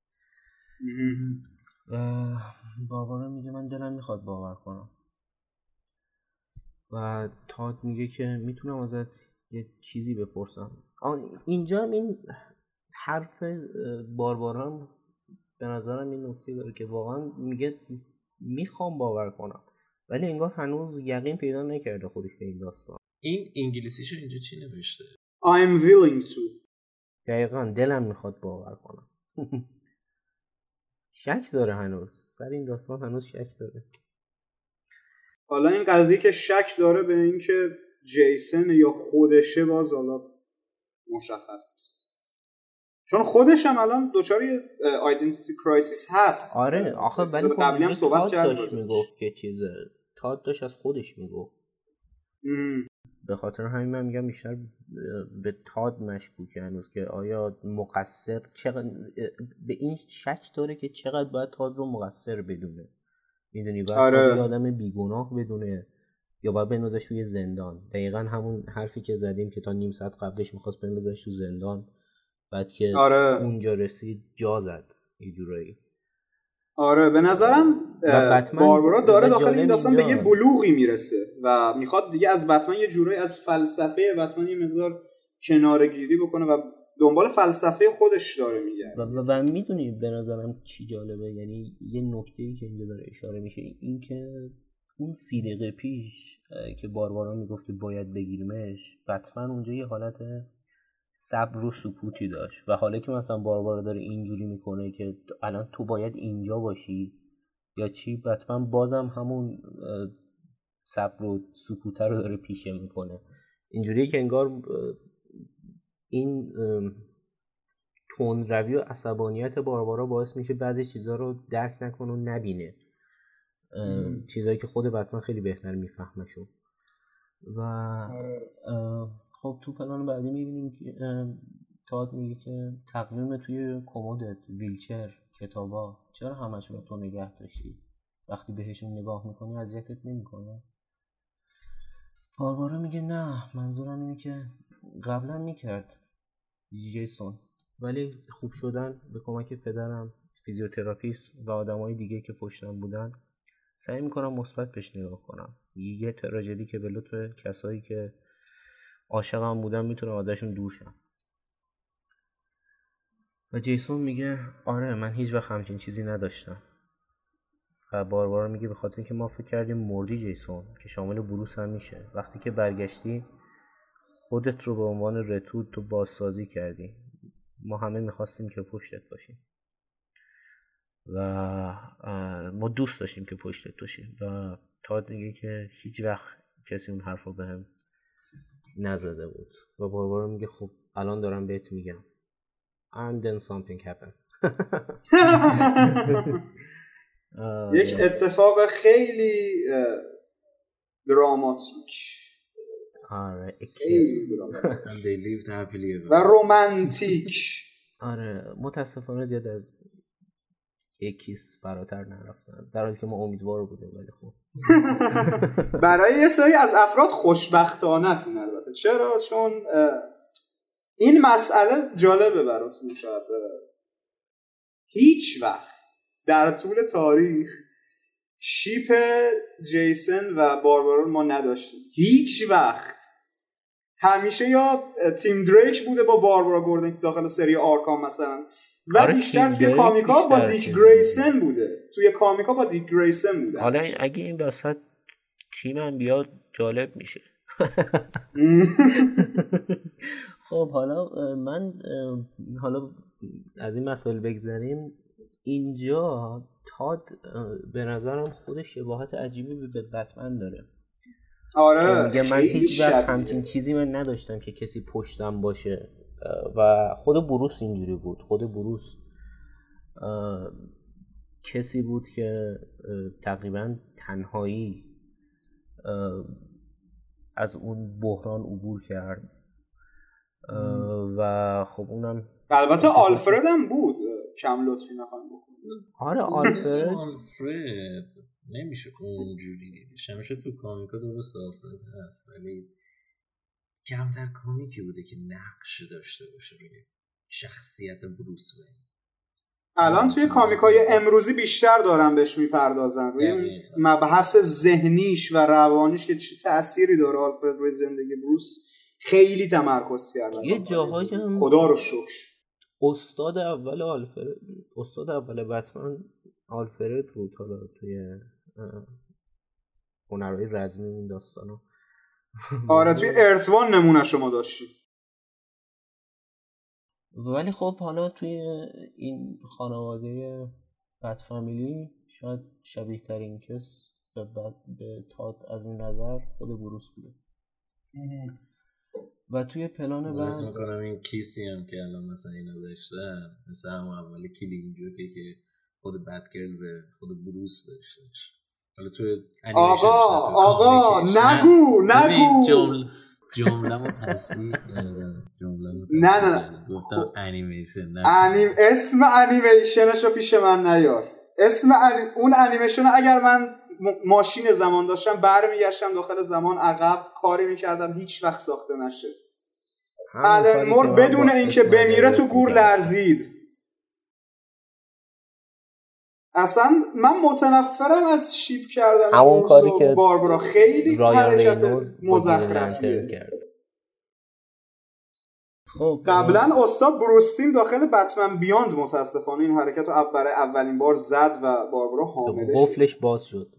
باربارا میگه من دلم میخواد باور کنم و تاد میگه که میتونم ازت یه چیزی بپرسم. اینجا هم این حرف باربارا به نظرم این نکته داره که واقعا میگه میخوام باور کنم، ولی انگار هنوز یقین پیدا نکرده خودش به این داستان. این انگلیسیشو اینجا چی نوشته؟ I'm willing to. دقیقا دلم میخواد باور کنم. شک داره هنوز سر این داستان، هنوز شک داره. حالا این قضیه که شک داره به این که جیسن یا خودشه باز حالا مشخص نیست، چون خودش هم الان دچار آیدنتیتی کرایسیس هست. آره آخه ولی قبلی هم صحبت کردیم داشت میگفت که چیزه، تاد داشت از خودش میگفت. به خاطر همین من میگم بیشتر به تاد مشکوکه هنوز که آیا مقصر چقدر، به این شک داره که چقدر باید تاد رو مقصر بدونه. میدونی باید آره. یه آدم بیگناه بدونه یا باید بندازش توی زندان. دقیقا همون حرفی که زدیم که تا نیم ساعت قبلش میخواست بندازش تو زندان، بعد که آره. اونجا رسید جا زد یه جورایی. آره به نظرم باربارا داره داخل این داستان به یه بلوغی میرسه و میخواد دیگه از بتمن یه جورایی از فلسفه بتمن یه مقدار کناره‌گیری بکنه و دنبال فلسفه خودش داره میگرده. و, و, و میدونی به نظرم چی جالبه، یعنی یه نکته‌ای که اینجا داره اشاره میشه این که اون سی دقیقه پیش که باربارا میگفت که باید بگیریمش، بتمن اونجا یه حالت صبر و سکوتی داشت و حالا که مثلا باربارا داره اینجوری میکنه که الان تو باید اینجا باشی یا چی، بتمن بازم همون صبر و سکوت رو داره پیشه میکنه. اینجوریه که انگار این تندروی و عصبانیت باربارا باعث میشه بعضی چیزها رو درک نکنه و نبینه، چیزایی که خود بتمن خیلی بهتر میفهمشون. و خب تو پلان بعدی میبینیم که تاد میگه که تقویم توی کمدت، ویلچر، کتابا چرا همشون رو تو نگه داشتی؟ وقتی بهشون نگاه میکنی اذیتت نمیکنه؟ باربارا میگه نه، منظورم اینه که قبلا میکرد جیسون، ولی خوب شدن به کمک پدرم، فیزیوتراپیست و آدمای دیگه که پشتم بودن سعی میکنم مثبت بهش نگاه کنم. یه تراژدی که به لطف کسایی که عاشقم بودن میتونم ازشون دور شم. و جیسون میگه آره من هیچ وقت همچین چیزی نداشتم. و باربارا میگه به خاطر اینکه ما فکر کردیم مردی جیسون، که شامل بروس هم میشه. وقتی که برگشتی خودت رو به عنوان رتود تو بازسازی کردی، ما همه میخواستیم که پشتت باشیم و ما دوست داشتیم که پشتت باشیم. و تاد میگه که هیچ وقت کسی اون حرف رو بهم نزده بود. و باربارا میگه خب الان دارم بهت میگم and then something happened. یک اتفاق خیلی دراماتیک آره and they lived happily ever و رومانتیک. آره متاسفانه زیاد از یک کیس فراتر نرفتن، در حالی که ما امیدوار بودیم. ولی خب برای یه سری از افراد خوشبختانه است این. البته چرا؟ چون این مسئله جالبه براتون. شاید هیچ وقت در طول تاریخ شیپ جیسن و باربارا ما نداشتیم. هیچ وقت. همیشه یا تیم دریک بوده با باربارا گوردن داخل سری آرکام مثلا، و آره بیشتر توی کامیکا با دیک گریسن بوده. توی کامیکا با دیک گریسن بوده. حالا اگه این وسط تیمم بیاد جالب میشه. خب حالا من حالا از این مسائل بگذریم. اینجا تاد به نظرم خودش شباهت عجیبی به بتمن داره. آره میگه من هیچ وقت همچین چیزی من نداشتم که کسی پشتم باشه. و خود بروس اینجوری بود. خود بروس کسی بود که تقریبا تنهایی از اون بحران عبور کرد. و خب اونم البته آلفرد هم بود. کم لطفی نخواهم بکنم. آره آلفرد آلفرد نمیشه اونجوری دیدش. همیشه تو کامیکا درست آلفرد هست، ولی کمتر کامیکی بوده که نقش داشته باشه روی شخصیت بروس وین. الان توی کامیکای امروزی بیشتر دارن بهش میپردازن روی اون مبحث ذهنیش و روانیش که چه تأثیری داره آلفرد روی زندگی بروس خیلی تمرکز کردن. یه جاهایی هم خدا رو شکر استاد اول آلفرد استاد اول بتمن آلفرد بود. حالا توی هنرهای رزمی این داستانا آره توی ارثوان نمونه شما داشتی. ولی خب حالا توی این خانواده بت فامیلی شاید شبیه ترین کس به, به تاد از این نظر خود بروس بوده. و توی پلان بعد درست میکنم این کیسی هم که الان مثلا اینو داشتن مثلا هم اولی کلینگ جوکه که خود بتگرل به خود بروس داشتش. حالا توی آقا آقا نگو نگو جمله جمله‌مو تصحیح کردم جمله‌مو نه نه گفتم انیمیشن انیم اسم انیمیشنشو پیش من نیار. اسم انیم... اون انیمیشن اگر من ماشین زمان داشتم برمیگشتم داخل زمان عقب کاری میکردم هیچ وقت ساخته نشه. آلن مور بدون اینکه بمیره تو گور لرزید. اصلا من متنفرم از شیپ کردن همون کاری که باربارا خیلی حرکت مزخرفیه. خب قبلا استاد بروستین داخل بتمن بیاند متاسفانه این حرکت رو برای اولین بار زد و باربارا حامله شد. قفلش باز شد.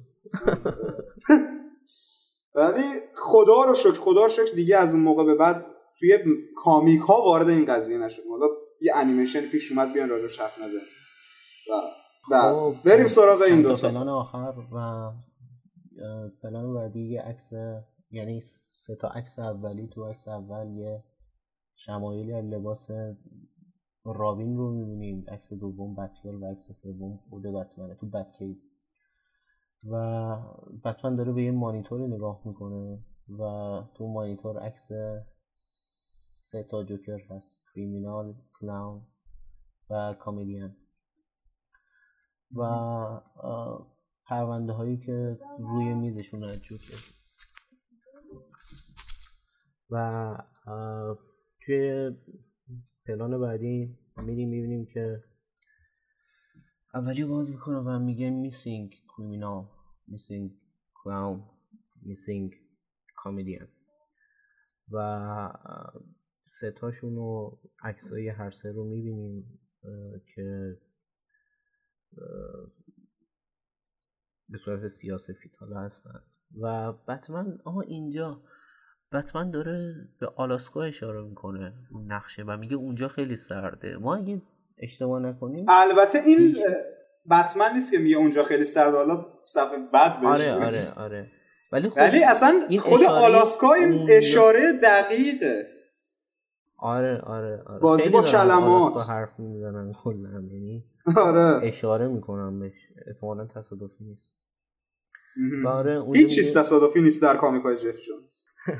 ولی خدا رو شکر خدا رو شکر دیگه از اون موقع به بعد توی کامیک ها وارد این قضیه نشد. حالا یه انیمیشن پیش اومد بیان راجعش حرف نزنیم. خب بریم سراغ این دو تا پلان آخر و پلان بعدی یه عکس، یعنی سه تا عکس اولی. تو عکس اول یه شمایلی از لباس رابین رو می‌بینیم، عکس دوم بتگرل و عکس سوم خود بتمنه تو بتکیو. و بتمن داره به یه مانیتوری نگاه میکنه و تو مانیتور عکس سه تا جوکر هست: کریمینال، کلاون و کمدین. و پرونده هایی که روی میزشون از جوکر. و توی پلان بعدی میریم میبینیم که اولی باز میکنه و میگه میسینگ کریمینال، میسینگ کلاون، میسینگ کمدین. و سه تاشون رو عکسای هر سه رو میبینیم که به صورت سیاه‌سفید حالا هستن. و بتمن آها اینجا بتمن داره به آلاسکا اشاره میکنه اون نقشه و میگه اونجا خیلی سرده. ما اگه اشتباه نکنیم البته این دیش... بتمن نیست که میگه اونجا خیلی سرده، حالا صفحه بد بهش. آره آره آره ولی خب ولی اصلا این خود آلاسکا این اونجا... اشاره دقیقه. آره آره آره بازی با کلمات حرف میزنن کلا، یعنی آره اشاره میکنم بهش، احتمالاً تصادفی نیست. آره هیچ چیز تصادفی نیست در کامیکای جف جونز.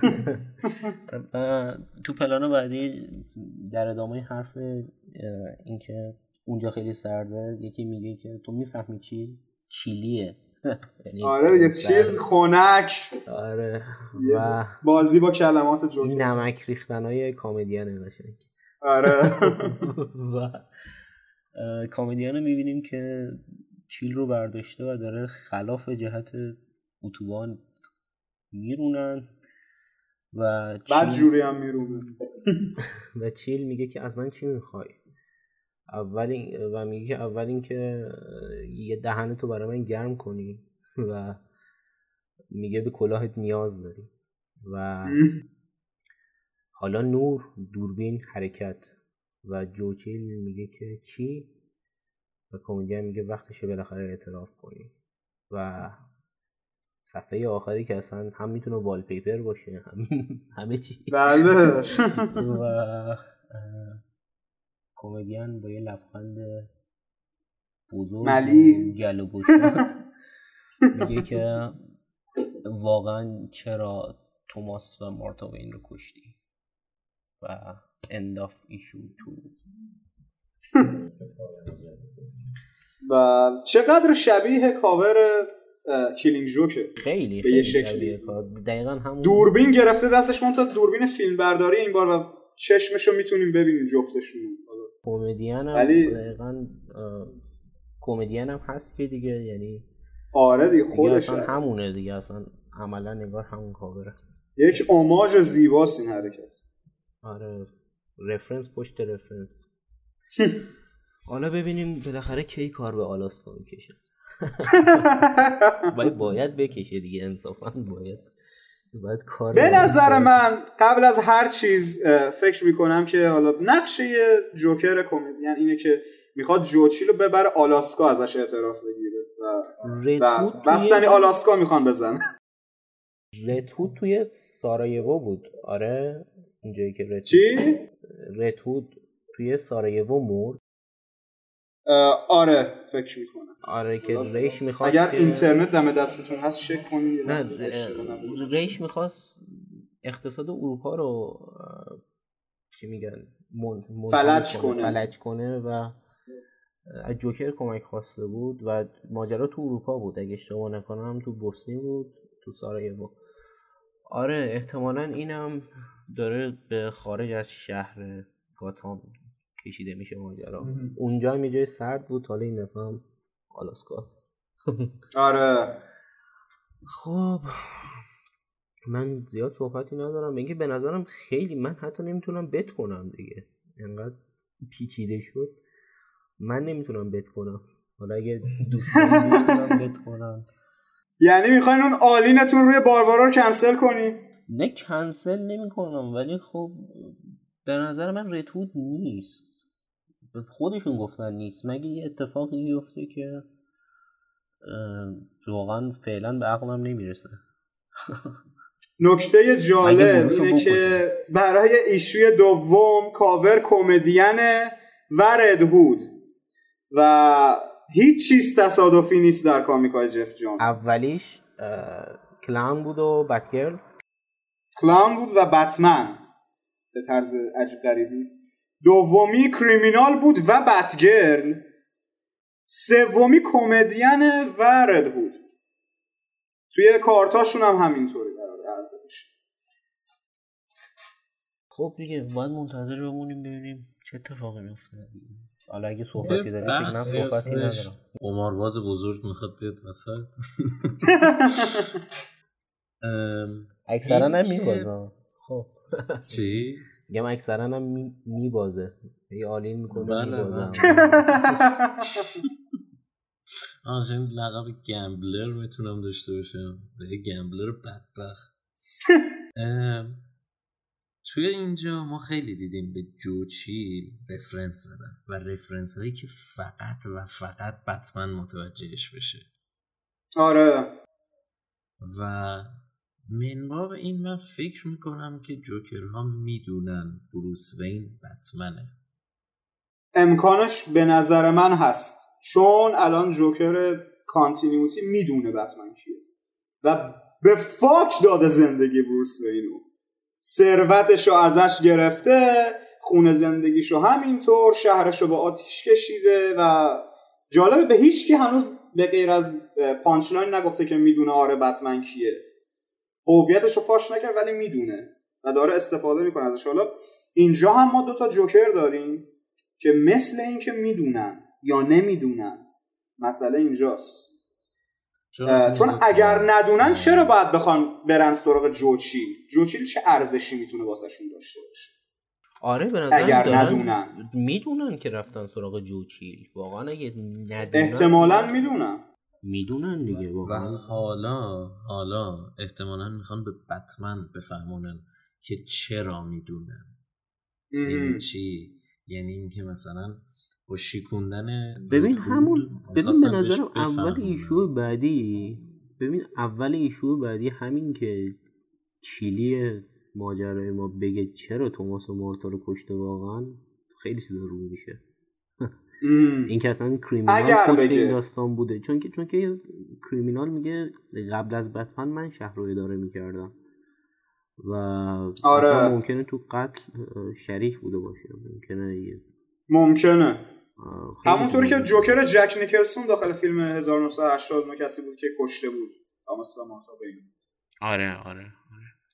تو پلان بعدی در ادامه حرف این که اونجا خیلی سرده، یکی میگه که تو میفهمی چی؟ چیلیه. آره دیگه چیل خنک. آره و بازی با کلمات جوکر، این نمک ریختنای کمدینه قشنگ. آره و کمدین رو میبینیم که چیل رو برداشته و داره خلاف جهت اتوبان میرونن و بعد جوری هم میرونن. و چیل میگه که از من چی میخوای؟ اول و میگه که اول این که یه دهنتو برای من گرم کنی و میگه به کلاهت نیاز داری. و حالا نور، دوربین، حرکت. و جوچیل میگه که چی؟ و کمدین میگه وقتشه بالاخره اعتراف کنی. و صفحه آخری که اصلا هم میتونه والپیپر باشه هم همه چی. بله. و کمدین با یه لبخند بزرگ ملی گل و گشاد میگه که واقعا چرا توماس و مارتا وین رو کشتی؟ و end of issue two. و چقدر شبیه کاور کیلینگ جوکه، خیلی خیلی شبیه کار. دقیقاً همون دوربین گرفته دستش، منتها دوربین فیلم برداری این بار و چشمشو میتونیم ببینیم جفتشون. کمدین هم ولی دقیقاً کمدین هم هست که دیگه، یعنی آره دیگه خودش اصلا هست. همونه دیگه، اصلا عملا نگار همون کاوره. یک اماژ زیباست این حرکت. آره رفرنس پشت رفرنس. حالا ببینیم بالاخره کی کار به آلاسکا میکشه. باید باید بکشه دیگه، انصافا باید باید کار. به نظر من قبل از هر چیز فکر میکنم که حالا نقشه جوکر کمدین اینه که میخواد جوچیل رو ببره آلاسکا ازش اعتراف بگیره و بستنی آلاسکا میخوان بزنه. رتود توی سارایوو بود. آره اونجایی که رتود چی؟ رتود توی سارایوو مرد. آره فکر میکنم. آره که ریش میخواست اگر که... اینترنت دم دستتون هست چک کنید. نه ریش میخواست اقتصاد اروپا رو چی میگن من... فلج کنه فلج کنه و از جوکر کمک خواسته بود و ماجرا تو اروپا بود، اگه اشتباه نکنم تو بوسنی بود، تو سارایوو. آره احتمالاً اینم داره به خارج از شهر گاتام کشیده میشه ماجرا. اونجا هم یه جای سرد بود، حالا این دفعه هم آلاسکا. آره خب من زیاد صحبتی ندارم، اینکه به نظرم خیلی من حتی نمیتونم بت کنم دیگه، انقدر پیچیده شد من نمیتونم بت کنم. حالا اگه دوستان میتونم بت کنم. یعنی میخواین اون آلینتون روی باربارا رو کنسل کنین؟ نه کنسل نمی کنم، ولی خب به نظر من رتود نیست، خودشون گفتن نیست، مگه یه اتفاقی بیفته که واقعا فعلا به عقلم نمیرسه. نکته جالب اینه که برای ایشوی دوم کاور کمدینه و ردهود و هیچ چیز تصادفی نیست در کامیکای جف جونز. اولیش کلان بود و بتگرل. کلان بود و بتمن به طرز عجیب غریبی. دومی کریمینال بود و بتگرل. سومی کمدین و ردهود. توی کارتاشون هم همینطوری قرار عرضه میشه. خب دیگه باید منتظر بمونیم ببینیم چه اتفاقی میفته. حالا اگه صحبتی داریم فکر کنم صحبتی ندارم. قمارباز بزرگ میخواد بیاد وسط. اکثرا هم میبازه. خب چی؟ میگم اکثرا هم میبازه، یه آلین میکنه میبازه. آنجا لقب گمبلر میتونم داشته باشم، یه گمبلر بدبخت. توی اینجا ما خیلی دیدیم به جوچیل رفرنس زدن و رفرنس هایی که فقط و فقط بتمن متوجهش بشه. آره و منباب این من فکر میکنم که جوکرها میدونن بروس وین بتمنه. امکانش به نظر من هست، چون الان جوکر کانتینیوتی میدونه بتمن کیه و به فاک داده زندگی بروس وینو، ثروتشو ازش گرفته، خونه زندگیشو همینطور، شهرشو با آتیش کشیده و جالبه به هیچ کی هنوز به غیر از پانچلاین نگفته که میدونه آره بتمن کیه. هویتشو فاش نکرد ولی میدونه و داره استفاده میکنه ازش. حالا اینجا هم ما دوتا جوکر داریم که مثل این که میدونن یا نمیدونن، مسئله اینجاست. چون اگر ندونن چرا باید بخوان برن سراغ جوچیل؟ جوچیل چه ارزشی میتونه واسهشون داشته باشه؟ آره به نظر اگر ندونن میدونن که رفتن سراغ جوچیل، واقعا اگه ندونن احتمالاً میدونن میدونن دیگه واقعا. و حالا حالا احتمالاً میخوان به بتمن بفهمونن که چرا میدونن. یعنی چی؟ یعنی اینکه مثلا با شیکوندن ببین همون ببین به نظرم اول ایشو بعدی ببین اول ایشو بعدی همین که کلی ماجرای ما بگه چرا توماس و مارتا رو کشته واقعا خیلی چیزا رو میشه. این که اصلا کریمینال پشت این داستان بوده، چون که چون که کریمینال میگه قبل از بتمن من شهر رو اداره میکردم و آره ممکنه تو قتل شریک بوده باشه، ممکنه یه ممکنه همونطوری که جوکر جک نیکلسون داخل فیلم هزار و نهصد و هشتاد و نه کسی بود که کشته بود توماس و مارتا وین. آره آره آره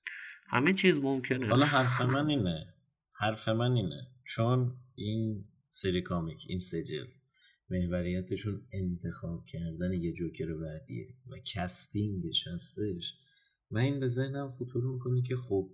همه چیز ممکنه. حالا حرف من اینه حرف من اینه چون این سری کامیک، این سجل محوریتشون انتخاب کردن یه جوکر بعدیه و کستینگش هستش و این به ذهنم خطور میکنه که خب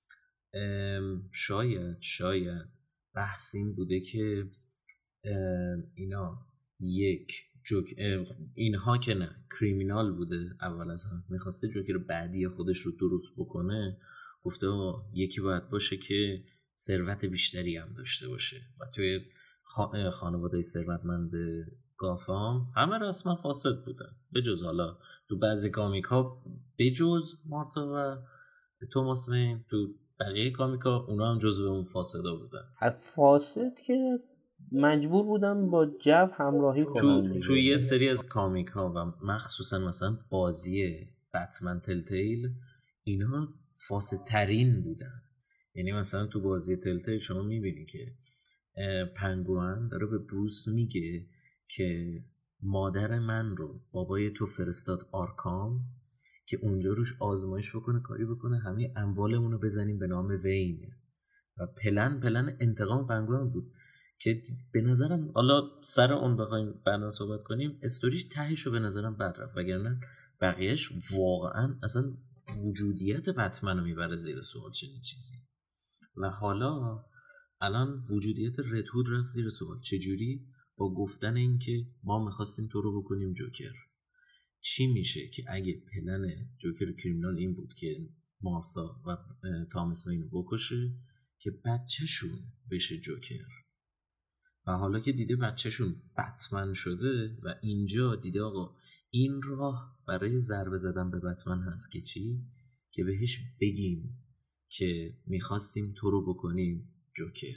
شاید شاید بحث این بوده که اینا یک جوک اینها که نه کریمینال بوده اول از هم میخواسته جوکر بعدی خودش رو درست بکنه، گفته یکی باید باشه که ثروت بیشتری هم داشته باشه و توی خانواده ثروتمند گافام همه رسما فاسد بودن بجز حالا تو بعضی کامیک ها بجز مارتا و توماس وین، تو بقیه کامیک ها اونا هم جزو اون فاسدا بودن. فاسد که مجبور بودن با جو همراهی کنن. تو, تو یه سری از کامیک ها و مخصوصا مثلا بازی بتمن تلتیل اینا فاسد ترین بودن. یعنی مثلا تو بازی تلتیل شما میبینی که پنگوئن داره به بروس میگه که مادر من رو بابای تو فرستاد آرکام که اونجا روش آزمایش بکنه کاری بکنه همه اموالمون رو بزنیم به نام وین و پلن پلن انتقام پنگوئن بود که به نظرم حالا سر اون بخوایم بعدا صحبت کنیم استوریش تهش رو به نظرم بد رفت وگرنه بقیهش واقعا اصلا وجودیت بتمن رو میبره زیر سوال چنین چیزی. و حالا الان وجودیت رد هود رفت زیر سوال. چجوری؟ با گفتن این که ما میخواستیم تو رو بکنیم جوکر. چی میشه که اگه پلن جوکر کریمینال این بود که مارسا و تامس وین رو بکشه که بچهشون بشه جوکر و حالا که دیده بچهشون بتمن شده و اینجا دیده آقا این راه برای ضربه زدن به بتمن هست که چی؟ که بهش بگیم که میخواستیم تو رو بکنیم جوکر.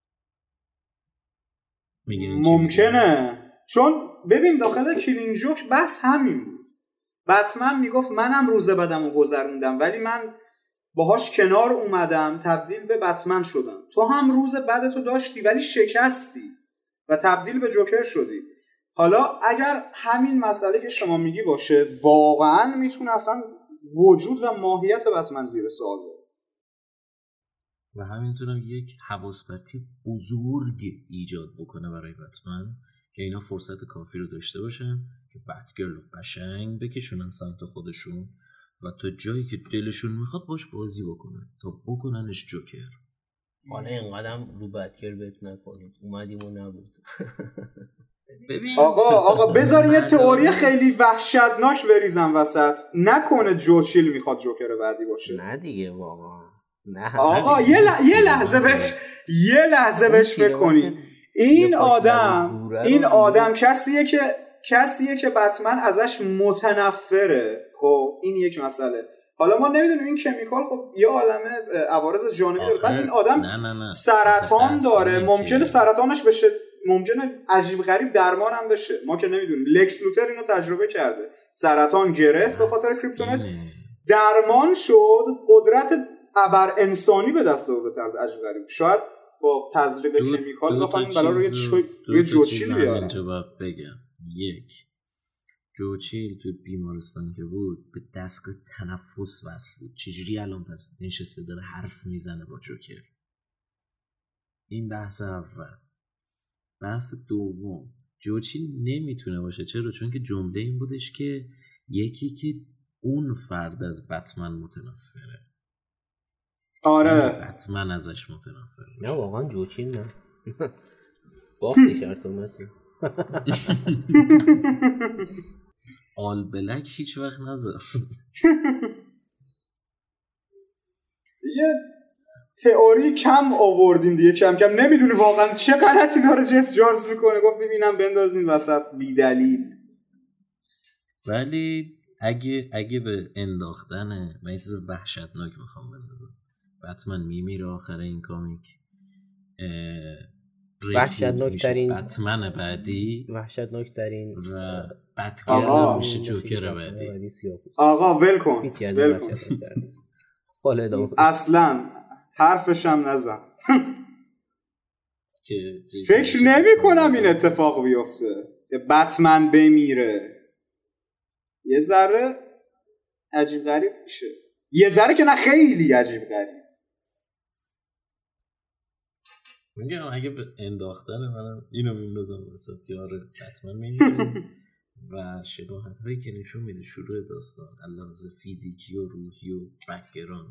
ممکنه چون ببین داخل کلینگ جوک بحث همین بود. بتمن میگفت منم روز بدم رو گذروندم ولی من باهاش کنار اومدم تبدیل به بتمن شدم. تو هم روز بدتو داشتی ولی شکستی و تبدیل به جوکر شدی. حالا اگر همین مسئله که شما میگی باشه واقعا میتونه اصلا وجود و ماهیت بتمن زیر سوال بره و همینطورم یک حواس پرتی بزرگ ایجاد بکنه برای بتمن که اینا فرصت کافی رو داشته باشن که بتگرل رو قشنگ بکشونن سمت خودشون و تا جایی که دلشون میخواد باش بازی بکنن تا بکننش جوکر. حالا اینقدرم رو بتگرل بهت نکنید اومدیم و نبود. ببین آقا آقا بذار یه تئوری خیلی وحشتناک بریزم وسط. نکنه جوچیل میخواد جوکر بعدی باشه. نه دیگه واقعا نه آقا یه, ل... یه لحظه بهش یه لحظه بهش فکر کنی. این آدم این آدم کسیه که کسیه که بتمن ازش متنفره. خب این یک مسئله. حالا ما نمیدونیم این کمیکال خب یه عالمه عوارض جانبی داره. بعد این آدم نه نه نه. سرطان داره ممکنه سرطانش بشه ممکنه عجیب غریب درمان هم بشه ما که نمیدونیم. لکس لوتر اینو تجربه کرده سرطان گرفت به خاطر کریپتونیت درمان شد قدرت ابر انسانی به دست آورد به طرز عجیب غریب. شاید با تزریق کمیکال بخوام بلا روی روی جوچیل بیارن. جواب بگم یک جوچیل تو بیمارستان که بود به دستگاه تنفس وصل بود. چجوری الان پس نشسته داره حرف میزنه با جوکر؟ این بحث اول. بحث دوم جوچیل نمیتونه باشه. چرا؟ چون که جمله این بودش که یکی که اون فرد از بتمن متنفره. آره بتمن ازش متنفره. نه واقعا جوچیل نه. باختی شرط اومدی. آل بلک هیچ وقت نذار. یه تئوری کم آوردیم دیگه کم کم. نمیدونی واقعا چه غلطی داره جف جانز میکنه گفتیم اینم بندازیم وسط بی دلیل. ولی اگه اگه به انداختن من یه چیز وحشتناک میخوام بندازم. بتمن میمیره آخر این کامیک. وحشتناک ترین بتمن بعدی وحشتناک ترین و بتگرل میشه جوکر بعدی. آقا ول کن هیچی از وحشتناک تر نیست. اصلا حرفش هم نزن. فکر نمی کنم این اتفاق بیفته که بتمن بمیره. یه ذره عجیب غریب میشه. یه ذره که نه خیلی عجیب غریب. میگم اگه به انداختن منم اینو میندازم وسط که آره حتما میگیره و شباهت هایی که نشون میده شروع داستان علاوه فیزیکی و روحی و بک‌گراند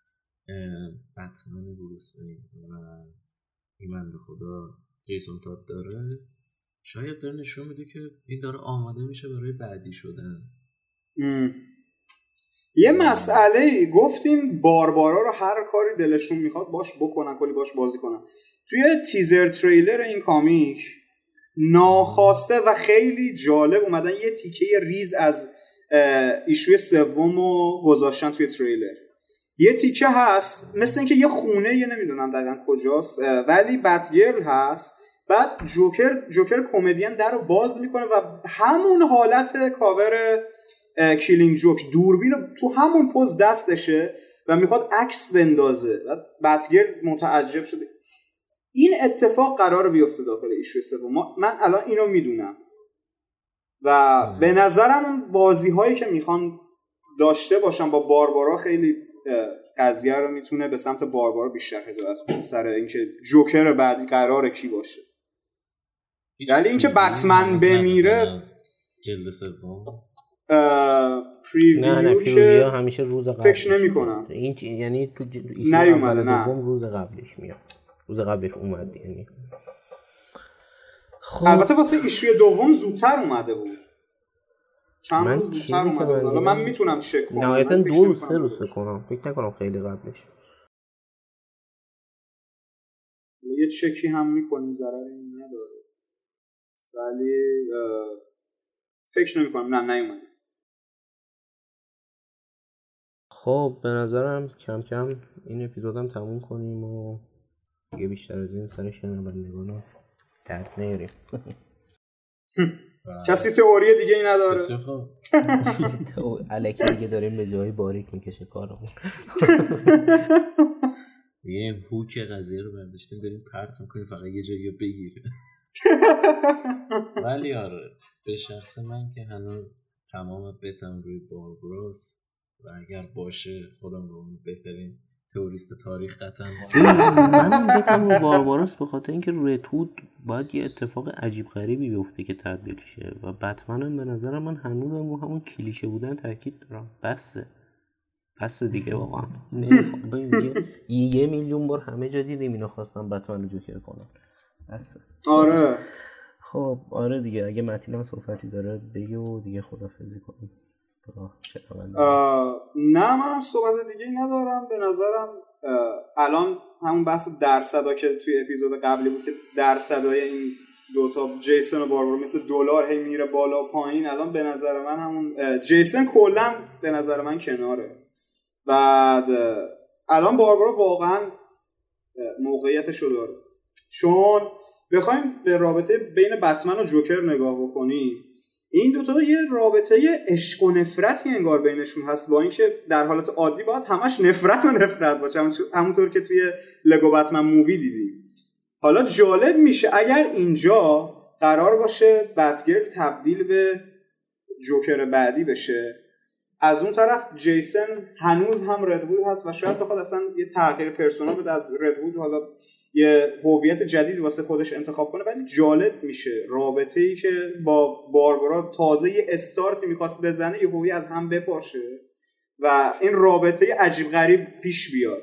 بتمن بروس وین و این بنده خدا جیسون تاد داره، شاید داره نشون میده که این داره آماده میشه برای بعدی شدن. ام. یه مسئله گفتیم باربارا رو هر کاری دلشون میخواد باش بکنن، کلی باش بازی کنن. توی تیزر تریلر این کامیک ناخواسته و خیلی جالب اومدن یه تیکه ریز از ایشوی سومو گذاشتن توی تریلر. یه تیکه هست مثل اینکه یه خونه، یه نمیدونم دقیقاً کجاست، ولی بتگرل هست، بعد جوکر جوکر کمدین در رو باز میکنه و همون حالت کاور کیلینگ جوک، دوربین رو تو همون پوز دستشه و میخواد عکس بندازه و بتگرل متعجب شده. این اتفاق قراره بیفته داخل ایشو سوم. من الان اینو میدونم و به نظرم اون بازی هایی که میخوان داشته باشن با باربارا خیلی قضیه رو میتونه به سمت باربارا بیشتر هدایت کنه سر اینکه جوکر بعدی قراره کی باشه. ولی اینکه بتمن بمیره جلد سوم پریویو نه نه پریویو همیشه روز قبلش فکر نمی‌کنم. این یعنی تو ایشون نیومده، اول دوم روز قبلش میاد، روز قبلش اومد یعنی. خب البته واسه ایشوی دوم زودتر اومده بود، چند روز زودتر اومده بود. حالا من میتونم چک کنم، نهایتاً دو روز سه روز فکر کنم، فکر نکنم خیلی قبلش. یه چکی هم میکنیم ضرری نداره، ولی فکر نمی‌کنم نه نیومده. خب به نظرم کم کم این اپیزودم تموم کنیم و دیگه بیشتر از این سر شنوندگان درد نیاریم. کسی تئوری دیگه ای نداره؟ تو الکی دیگه داریم به جای باریک میکشه کارمون. یه هوک قضیه رو برداشتیم داریم پرت میکنیم فقط یه جایی رو بگیره. ولی آره به شخص من که هنوز تمام بتم روی بارباراس و اگر باشه خودم رو بهترین تئوریست تاریخ قطعا من بتم روی بارباراس به خاطر اینکه رد هود باید یه اتفاق عجیب غریبی بیفته که تبدیل شه و بتمنم به نظر من هنوزم رو همون کلیشه بودن تاکید دارم. بسه بسه دیگه واقعا نمیخوام یه میلیون بار همه جا دیدیم اینا خواستم بتمن رو جوکر کنن. بسه. آره خب آره دیگه اگه متین هم صحبتی داره بگه و دیگه خدافظی کنیم. نه منم صحبت دیگه ای ندارم. به نظرم الان همون بحث درصدا که توی اپیزود قبلی بود که درصدای این دوتا جیسن و باربارا مثل دلار هی میره بالا پایین، الان به نظر من همون جیسن کلا به نظر من کناره. بعد الان باربارا واقعا موقعیتش رو داره، چون بخوایم به رابطه بین بتمن و جوکر نگاه بکنیم این دوتا یه رابطه عشق و نفرتی انگار بینشون هست، با اینکه در حالت عادی باید همش نفرت و نفرت باشه همونطور که توی لگو بتمن مووی دیدیم. حالا جالب میشه اگر اینجا قرار باشه بتگرل تبدیل به جوکر بعدی بشه، از اون طرف جیسن هنوز هم ردوود هست و شاید بخواد اصلا یه تغییر پرسونا بده از ردوود، حالا یه هویت جدید واسه خودش انتخاب کنه. ولی جالب میشه رابطه‌ای که با باربارا تازه یه استارتی میخواست بزنه یه هویت از هم بپاشه و این رابطه عجیب غریب پیش بیاد.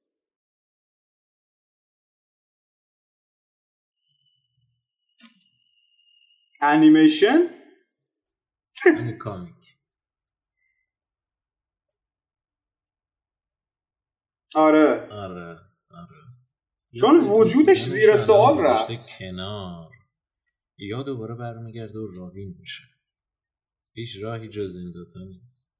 انیمیشن این کامیک آره آره آره چون وجودش زیر سوال رفت کنار، یا دوباره برمیگرده و رابین میشه. هیچ راهی جز این دوتا نیست.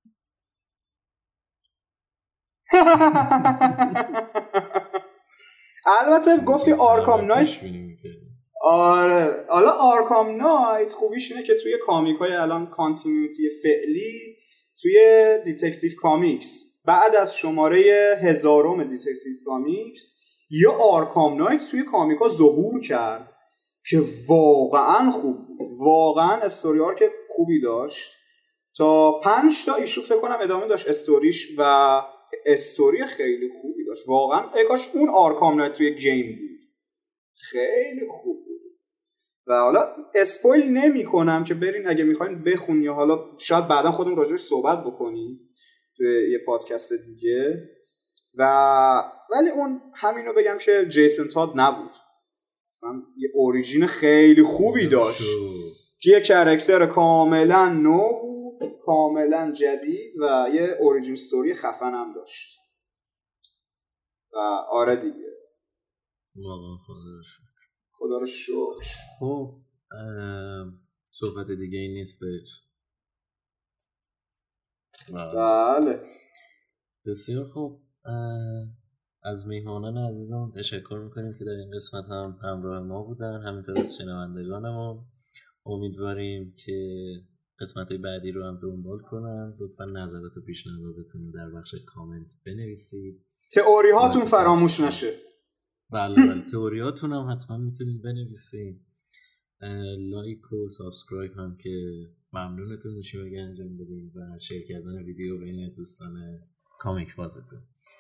البته گفتی آرکام نایت، آره حالا آرکام نایت خوبیش اینه که توی کامیک های الان کانتینیوتی فعلی توی دیتکتیو کامیکس بعد از شماره هزارم دیتکتیو کامیکس یه آرکام نایت توی کامیکا ظهور کرد که واقعا خوب بود، واقعا استوری آرک خوبی داشت. تا پنج تا ایشو فکر کنم ادامه داشت استوریش و استوری خیلی خوبی داشت واقعا. ای کاش اون آرکام نایت توی گیم بود. خیلی خوب بود. و حالا اسپویل نمی کنم که برین اگه میخواین بخونی یا حالا شاید بعدا خودمون راجعش صحبت بکنیم توی یه پادکست دیگه. و ولی اون همینو بگم که جیسون تاد نبود، اصلا یه اوریجین خیلی خوبی داشت که یه کرکتر کاملا نو بود، کاملا جدید و یه اوریجین ستوری خفن هم داشت. و آره دیگه واقعا خدا رو شکر. خدا رو شکر. خب صحبت دیگه ای نیستش؟ بله بسیار خوب. از میهمانان عزیزم تشکر میکنیم که در این قسمت هم همراه ما بودن، همینطور از شنوندگانمون. امیدواریم که قسمت بعدی رو هم دنبال کنن. لطفا نظرات و پیشنهاداتتون رو در بخش کامنت بنویسید. تئوری هاتون فراموش نشه. بله بله تئوری هاتون هم حتما میتونید بنویسید. لایک و سابسکرایب هم که ممنونتون میشیم اگه انجام بدید و شیر کردن ویدیو بین دوستان کامیک بازتون.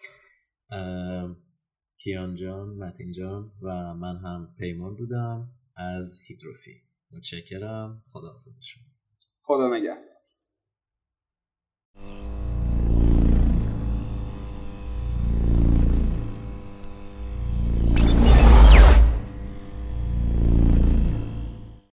کیان جان، متین جان و من هم پیمان بودم از هیدروفی. متشکرم. خدا حافظ شما. خدا نگهدار.